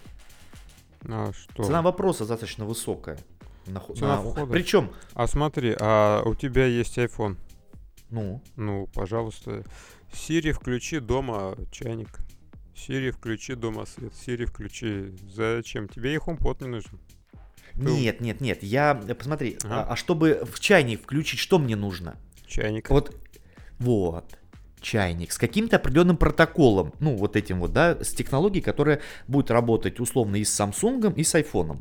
А что? цена вопроса достаточно высокая. На, хо- Цена на- входа? Причем, А смотри, а у тебя есть iPhone? ну, Ну, пожалуйста. Siri, включи дома чайник. Siri, включи дома свет. Siri, включи. Зачем? Тебе и HomePod не нужен. Ты- нет, нет, нет, я, э, посмотри, Ага. а, а чтобы в чайник включить, что мне нужно? Чайник. Вот, вот, чайник с каким-то определенным протоколом, ну, вот этим вот, да, с технологией, которая будет работать условно и с Samsung, и с айфоном.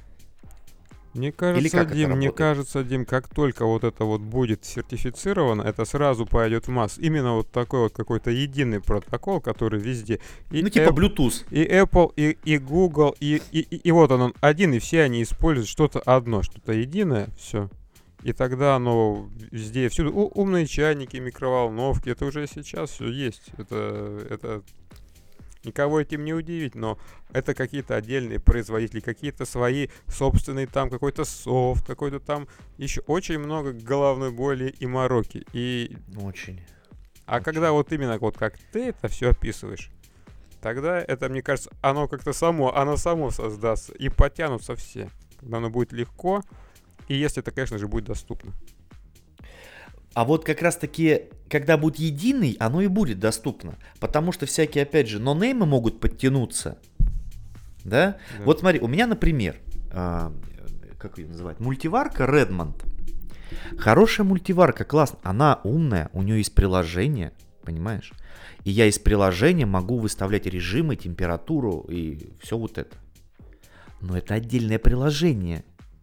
Мне кажется, как это Дим, мне работает? кажется, Дим, как только вот это вот будет сертифицировано, это сразу пойдет в масс. Именно вот такой вот какой-то единый протокол, который везде. И Ну, типа Apple- Bluetooth. И Apple, и, и Google, и, и, и, и вот он один, и все они используют что-то одно, что-то единое, все. И тогда оно везде, всюду. У- умные чайники, микроволновки, это уже сейчас все есть. Это, это никого этим не удивить, но это какие-то отдельные производители, какие-то свои собственные, там какой-то софт, какой-то там еще очень много головной боли и мороки. И... Очень. А очень. когда вот именно вот как ты это все описываешь, тогда это, мне кажется, оно как-то само, оно само создастся, и потянутся все. Когда оно будет легко, и если это, конечно же, будет доступно. А вот как раз таки, когда будет единый, оно и будет доступно. Потому что всякие, опять же, нонеймы могут подтянуться. Да? Да. Вот смотри, у меня, например, э, как ее называют, мультиварка Redmond. Хорошая мультиварка, классно. Она умная, у нее есть приложение, понимаешь? И я из приложения могу выставлять режимы, температуру и все вот это. Но это отдельное приложение.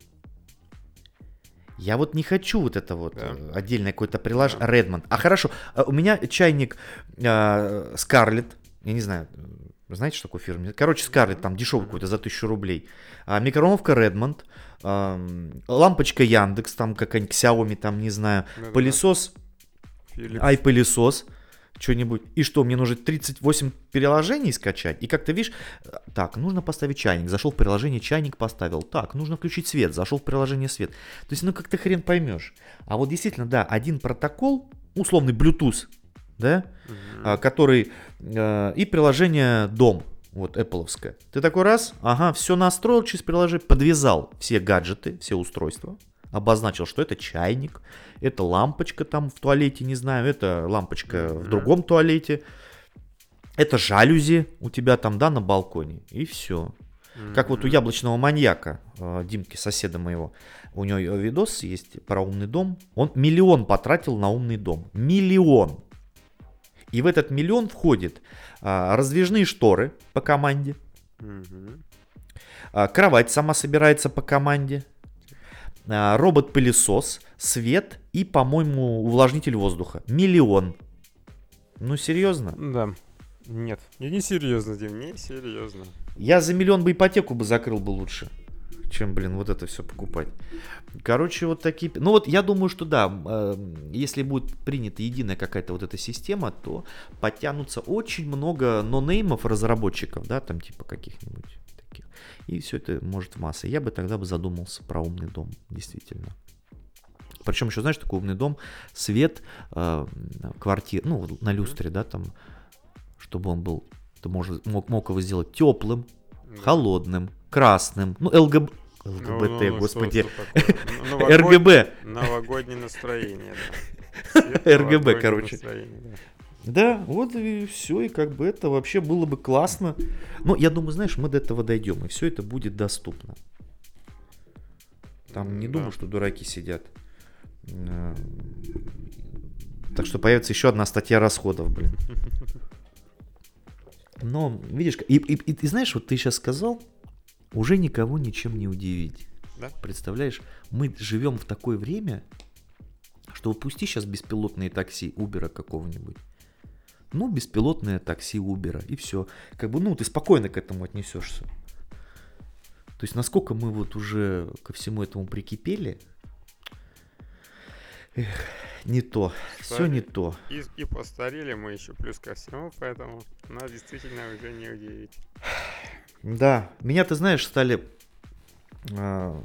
Я вот не хочу вот это вот да. отдельное какое-то приложение. Да. Redmond. А хорошо, у меня чайник э, Scarlett. Я не знаю, знаете, что такое фирма? Короче, Scarlett, там дешевый какой-то за тысячу рублей. А, микроволновка Redmond. А, лампочка Яндекс, там какая-нибудь Xiaomi, там не знаю. Да, пылесос. Ай-пылесос. Что-нибудь. И что, мне нужно тридцать восемь приложений скачать? И как ты видишь, так, нужно поставить чайник. Зашел в приложение, чайник поставил. Так, нужно включить свет. Зашел в приложение свет. То есть, ну как ты хрен поймешь. А вот действительно, да, один протокол, условный Bluetooth, да, угу. который, э, и приложение Дом, вот, Apple-овское. Ты такой раз, ага, все настроил через приложение, подвязал все гаджеты, все устройства. Обозначил, что это чайник, это лампочка там в туалете, не знаю, это лампочка mm-hmm. в другом туалете, это жалюзи у тебя там, да, на балконе, и все. Mm-hmm. Как вот у яблочного маньяка, Димки, соседа моего, у него видос есть про умный дом, он миллион потратил на умный дом, миллион. И в этот миллион входит а, раздвижные шторы по команде, mm-hmm. а, кровать сама собирается по команде, робот-пылесос, свет и, по-моему, увлажнитель воздуха. Миллион. Ну, серьезно? Да. Нет. Не, не серьезно, Дим, не серьезно. Я за миллион бы ипотеку бы закрыл бы лучше, чем, блин, вот это все покупать. Короче, вот такие... Ну, вот я думаю, что да, э, если будет принята единая какая-то вот эта система, то потянутся очень много нонеймов разработчиков, да, там типа каких-нибудь... И все это может в массы. Я бы тогда бы задумался про умный дом, действительно. Причем еще, знаешь, такой умный дом, свет, э, квартир, ну, на люстре, да, там, чтобы он был, ты можешь, мог, мог его сделать теплым, да. холодным, красным, ну, ЛГБ, ЛГБТ, ну, ну, ну, господи, эр гэ бэ. Новогоднее настроение, да. эр гэ бэ, короче. Да, вот и все, и как бы это вообще было бы классно. Но я думаю, знаешь, мы до этого дойдем, и все это будет доступно. Там не да. думаю, что дураки сидят. Так что появится еще одна статья расходов, блин. Но, видишь, и, и, и ты знаешь, вот ты сейчас сказал, уже никого ничем не удивить. Да? Представляешь, мы живем в такое время, что вот пусти сейчас беспилотные такси Убера какого-нибудь. Ну, беспилотное такси Убера, и все. Как бы, ну, ты спокойно к этому отнесешься. То есть, насколько мы вот уже ко всему этому прикипели, эх, не то, Старе... все не то. И, и постарели мы еще плюс ко всему, поэтому нас действительно уже не удивить. Да, меня, ты знаешь, стали э,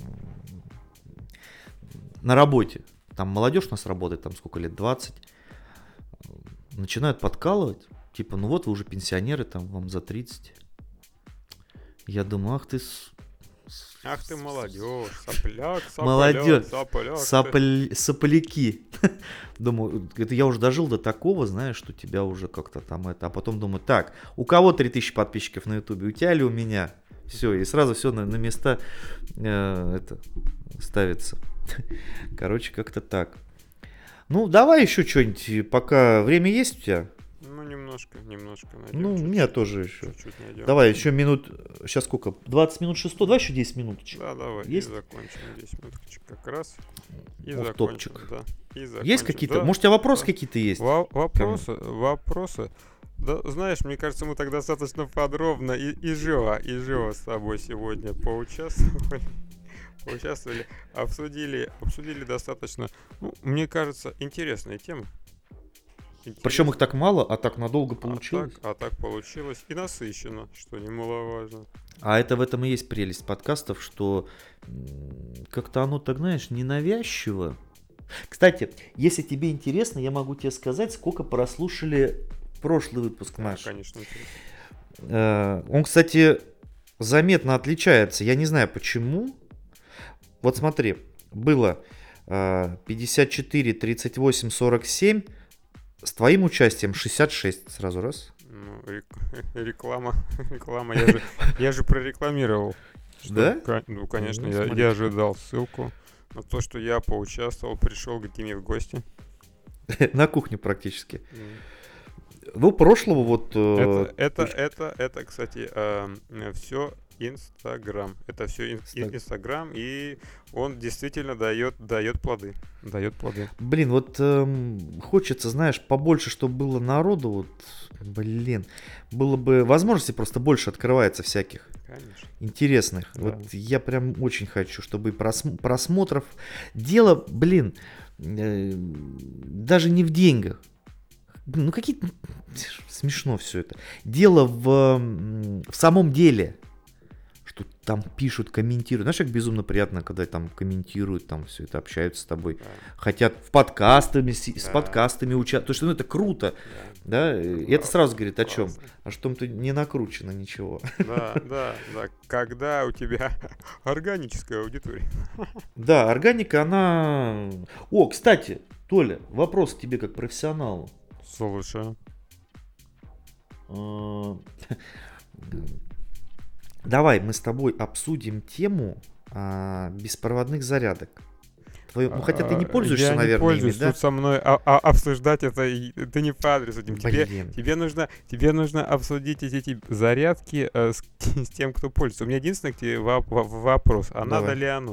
на работе, там молодежь у нас работает, там сколько лет, двадцать, начинают подкалывать, типа, ну вот вы уже пенсионеры, там вам за тридцать. Я думаю, ах ты... Ах ты молодежь, сопляк, сопляк, молодежь, сопляк. Сопль... Сопляки. Думаю, это я уже дожил до такого, знаешь, что тебя уже как-то там это... А потом думаю, так, у кого три тысячи подписчиков на ютубе, у тебя или у меня? Все, и сразу все на, на места э, это, ставится. Короче, как-то так. Ну, давай еще что-нибудь, пока время есть у тебя? Ну, немножко, немножко найдем. Ну, у меня тоже еще. Чуть-чуть найдем. Давай, еще минут, сейчас сколько? двадцать минут шестого, давай еще десять минуточек. Да, давай, есть? И закончим десять минуточек как раз. И Оф закончим, топчик. Да. И закончим. Есть какие-то, да, может у тебя вопросы да. какие-то есть? Во- вопросы, вопросы. Да, знаешь, мне кажется, мы так достаточно подробно и, и живо, и живо с тобой сегодня поучаствовали. Поучаствовали, обсудили, обсудили достаточно, ну, мне кажется, интересная тема. Причем их так мало, а так надолго получилось. А так, а так получилось и насыщенно, что немаловажно. А это в этом и есть прелесть подкастов, что как-то оно, так знаешь, ненавязчиво. Кстати, если тебе интересно, я могу тебе сказать, сколько прослушали прошлый выпуск Да, наш. конечно. Э, Он, кстати, заметно отличается. Я не знаю почему. Вот смотри, было э, пятьдесят четыре, тридцать восемь, сорок семь. С твоим участием шестьдесят шесть. Сразу раз. Ну, рек- реклама. Реклама. Я же, я же прорекламировал. Что, Да? ко- ну, конечно, Ну, я, смотри. я же дал ссылку на то, что я поучаствовал, пришел к Диме в гости. На кухню практически. М. Ну, прошлого вот... э, Это, это, уч- это, это, кстати, все Инстаграм. Это все Инстаг- Инстаграм, и он действительно дает, дает плоды. Дает плоды. Блин, вот эм, хочется, знаешь, побольше, чтобы было народу. Вот, блин, было бы... Возможности просто больше открывается всяких Конечно. интересных. Да. Вот я прям очень хочу, чтобы и просм- просмотров... Дело, блин, э, даже не в деньгах. Ну, какие-то... Смешно все это. Дело в, м, в самом деле. Что там пишут, комментируют. Знаешь, как безумно приятно, когда там комментируют, там все это, общаются с тобой. Да, Хотят в подкастами, с, с Да. подкастами участвовать. То, что ну, это круто. да. Да? И это сразу говорит о чем? Классно. О том-то не накручено ничего. Да, да, да. Когда у тебя органическая аудитория. Да, органика, она... О, кстати, Толя, вопрос к тебе как профессионалу. Слушаю. Э, Давай мы с тобой обсудим тему а, беспроводных зарядок. Твою- Ну, хотя ты не А, пользуешься, я наверное, не пользуюсь. ими, да? Тут со мной а- а- обсуждать это, и- ты не по адресу, Дим. Тебе, Блин. тебе, нужно, тебе нужно обсудить эти, эти зарядки э, с, с тем, кто пользуется. У меня единственный к тебе во- во- вопрос. А Давай. надо ли оно?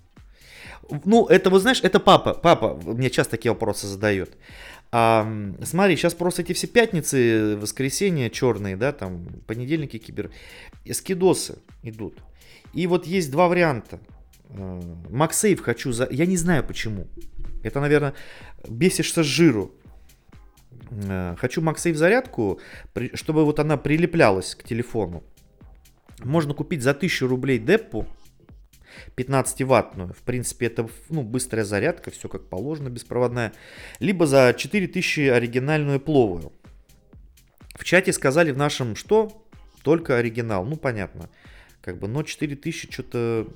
Ну, это, вот знаешь, это папа. Папа мне часто такие вопросы задает. А, м, смотри, сейчас просто эти все пятницы, воскресенья черные, да, там, понедельники, кибер, скидосы идут. И вот есть два варианта. Э, MagSafe хочу за... Я не знаю почему. Это, наверное, бесишься с жиру. Э, Хочу MagSafe зарядку, при- чтобы вот она прилеплялась к телефону. Можно купить за тысячу рублей Деппу пятнадцативаттную. В принципе, это ну, быстрая зарядка, все как положено, беспроводная. Либо за четыре тысячи оригинальную пловую. В чате сказали в нашем, что только оригинал. Ну, понятно. Как бы, но четыре тысячи что-то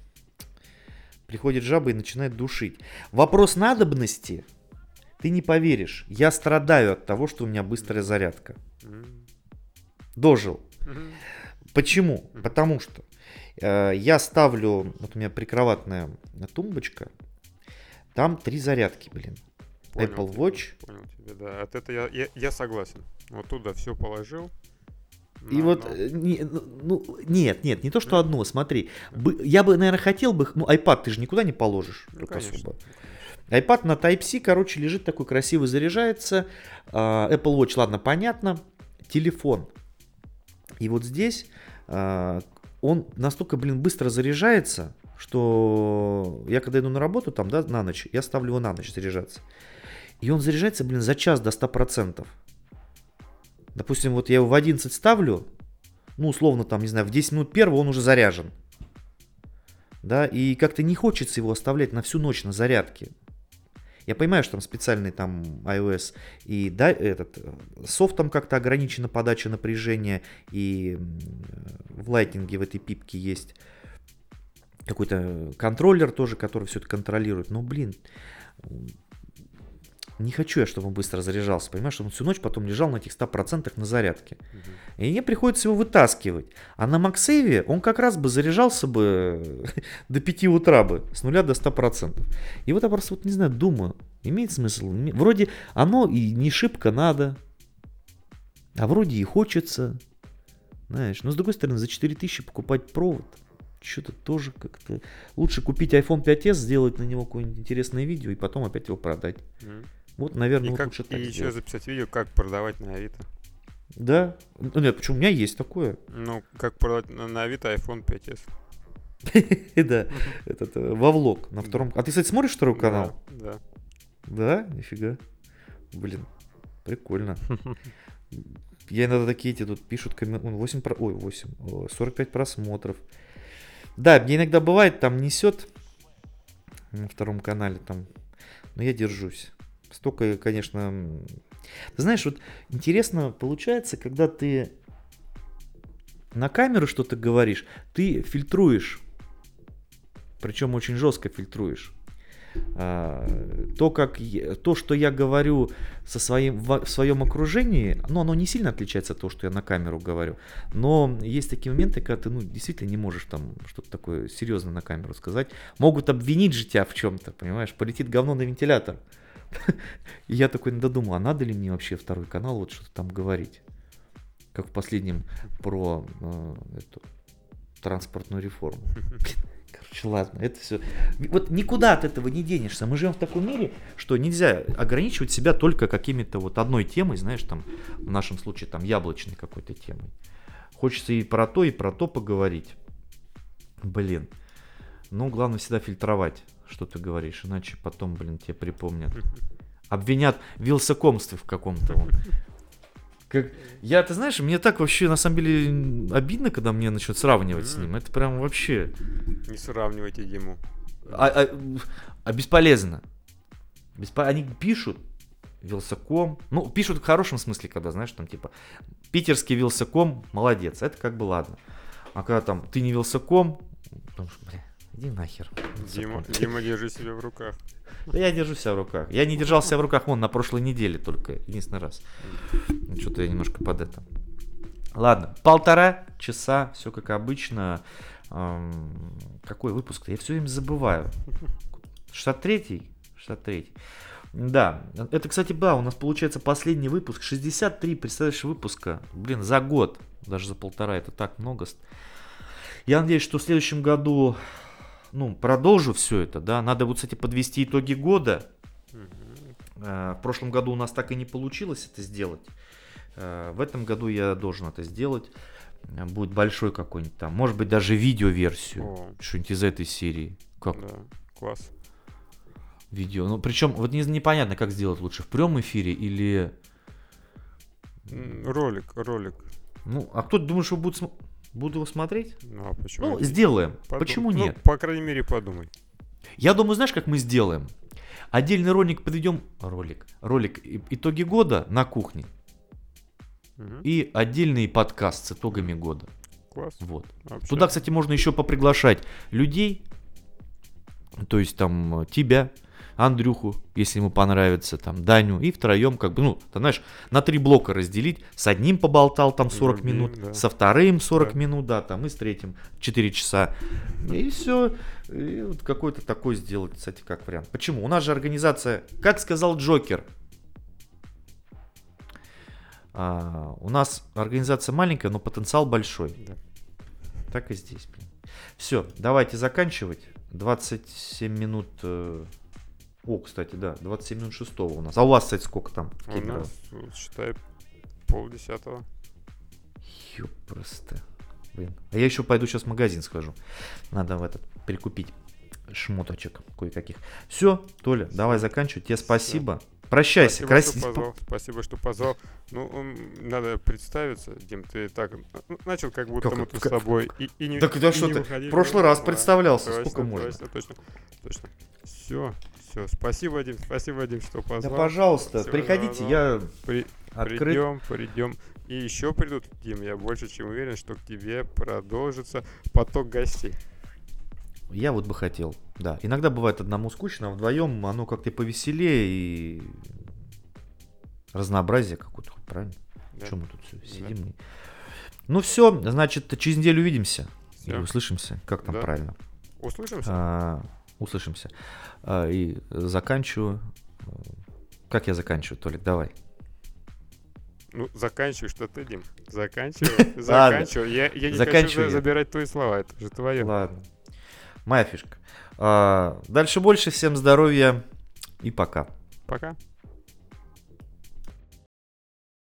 приходит жаба и начинает душить. Вопрос надобности, ты не поверишь. Я страдаю от того, что у меня быстрая зарядка. М. Дожил. Мгм. Почему? Потому что э, я ставлю, вот у меня прикроватная тумбочка, там три зарядки, блин. Понял Apple тебя, Watch. Понял тебя, да. От этого я, я, я согласен. Вот туда все положил. И на- вот, на- э, не- ну, нет, нет, не то, что одно, смотри. бы- Я бы, наверное, хотел бы, ну, iPad ты же никуда не положишь. Ну, тут конечно. особо. iPad на Type-C, короче, лежит такой красивый, заряжается. А, Apple Watch, ладно, понятно. Телефон. И вот здесь а, он настолько, блин, быстро заряжается, что я когда иду на работу, там, да, на ночь, я ставлю его на ночь заряжаться. И он заряжается, блин, за час до ста процентов. Допустим, вот я его в одиннадцать ставлю, ну, условно, там, не знаю, в десять минут первого он уже заряжен. Да, и как-то не хочется его оставлять на всю ночь на зарядке. Я понимаю, что там специальный там iOS и да, этот софтом как-то ограничена подача напряжения, и в лайтинге в этой пипке есть какой-то контроллер тоже, который все это контролирует. Но, блин, не хочу я, чтобы он быстро заряжался. Понимаешь, чтобы он всю ночь потом лежал на этих ста процентах на зарядке. Мгм. И мне приходится его вытаскивать. А на MagSafe он как раз бы заряжался бы до пяти утра бы, с нуля до ста процентов. И вот я просто вот не знаю, думаю, имеет смысл? Име- Вроде оно и не шибко надо, а вроде и хочется. Знаешь, но с другой стороны, за четыре тысячи покупать провод, что-то тоже как-то... Лучше купить айфон пять эс, сделать на него какое-нибудь интересное видео и потом опять его продать. Мгм. Вот, наверное, И, вот как, лучше и так еще сделать. записать видео, как продавать на Авито. Да? Ну нет, почему? У меня есть такое. Ну, как продать на, на Авито iPhone пять эс. Да, этот, э, во влог на втором... А ты, кстати, смотришь второй канал? Да, да. Да? Нифига. Блин. Прикольно. Я иногда такие эти тут пишут, восемь, ой, восемь, сорок пять просмотров. Да, мне иногда бывает, там несет на втором канале, там, но я держусь. Столько, конечно... Ты знаешь, вот интересно получается, когда ты на камеру что-то говоришь, ты фильтруешь, причем очень жестко фильтруешь. То, как, то, что я говорю со своим, в своем окружении, ну, оно не сильно отличается от того, что я на камеру говорю. Но есть такие моменты, когда ты ну, действительно не можешь там что-то такое серьезно на камеру сказать. Могут обвинить же тебя в чем-то, понимаешь? Полетит говно на вентилятор. И я такой додумал, а надо ли мне вообще второй канал вот что-то там говорить? Как в последнем про э, эту транспортную реформу. Короче, ладно, это все. Вот никуда от этого не денешься. Мы живем в таком мире, что нельзя ограничивать себя только какими-то вот одной темой, знаешь, там, в нашем случае, там, яблочной какой-то темой. Хочется и про то, и про то поговорить. Блин. Ну, главное всегда фильтровать, что ты говоришь, иначе потом, блин, тебе припомнят. Обвинят в вилсакомстве в каком-то. Вот. Как... Я, ты знаешь, мне так вообще на самом деле обидно, когда мне начнут сравнивать mm-hmm. с ним. Это прям вообще... Не сравнивайте Диму. А, а, а бесполезно. Беспо... Они пишут Вилсаком. Ну, пишут в хорошем смысле, когда, знаешь, там типа питерский Вилсаком, молодец. Это как бы ладно. А когда там ты не Вилсаком, потому что, бля, иди нахер. Дима, Дима, держи себя в руках. Да я держу себя в руках. Я не держал себя в руках вон на прошлой неделе только, единственный раз. Что-то я немножко под это. Ладно, полтора часа, все как обычно. Эм, какой выпуск-то? Я все время забываю. шестьдесят третий? шестьдесят третий. Да, это, кстати, да, у нас получается последний выпуск. шестьдесят три, представляешь, выпуска. Блин, за год, даже за полтора, это так много. Я надеюсь, что в следующем году... Ну, продолжу все это, да. Надо вот, кстати, подвести итоги года. Uh-huh. В прошлом году у нас так и не получилось это сделать. В этом году я должен это сделать. Будет большой какой-нибудь там, может быть, даже видеоверсию. Oh. Что-нибудь из этой серии. Как? Да, класс. Видео. Ну, причем, вот не, непонятно, как сделать лучше. В прямом эфире или... Ролик, ролик. Ну, а кто, думаешь, его будет смотреть? Буду его смотреть? Ну, а почему ну нет? Сделаем. Подум... Почему ну, нет? По крайней мере, подумай. Я думаю, знаешь, как мы сделаем? Отдельный ролик подведем... Ролик. Ролик итоги года на кухне. Угу. И отдельный подкаст с итогами года. Класс. Вот. Вообще. Туда, кстати, можно еще поприглашать людей. То есть там тебя, Андрюху, если ему понравится, там Даню, и втроем, как бы, ну, ты знаешь, на три блока разделить. С одним поболтал там сорок Другим, минут, да. Со вторым сорок да. минут, да, там и с третьим четыре часа. И все. И вот какой-то такой сделать, кстати, как вариант. Почему? У нас же организация, как сказал Джокер, а, у нас организация маленькая, но потенциал большой. Да. Так и здесь, блин. Все, давайте заканчивать. двадцать семь минут... О, кстати, да, двадцать семь минут шестого у нас. А у вас, кстати, сколько там? У нас, считай, полдесятого. Ёп, просто. Блин. А я еще пойду сейчас в магазин схожу. Надо в этот перекупить шмоточек кое-каких. Все, Толя, Все. Давай заканчивать. Тебе спасибо. Все. Прощайся. Спасибо, Крас... что позвал. Спасибо, что позвал. Ну, надо представиться, Дим, ты так начал, как будто как, мы тут как, с тобой и, и не Так да что ты? В прошлый раз представлялся, точно, сколько можно. Точно, точно, точно. Все. Все, спасибо, Вадим, спасибо, Вадим, что позвал. Да, пожалуйста, спасибо, приходите, да, я При, открыт. Придем, придем. И еще придут, Дим, я больше чем уверен, что к тебе продолжится поток гостей. Я вот бы хотел, да. Иногда бывает одному скучно, а вдвоем оно как-то повеселее и разнообразие какое-то, правильно? Да. Чем мы тут все сидим? Да. Ну все, значит, через неделю увидимся. Все. Или услышимся, как там да. правильно. Услышимся? А, услышимся. А, и заканчиваю. Как я заканчиваю, Толик, давай. Ну, заканчивай, что ты, Дим. Заканчивай, заканчивай. Я, я не хочу забирать твои слова, это же твое. Ладно. Моя фишка. А, дальше больше. Всем здоровья и пока. Пока.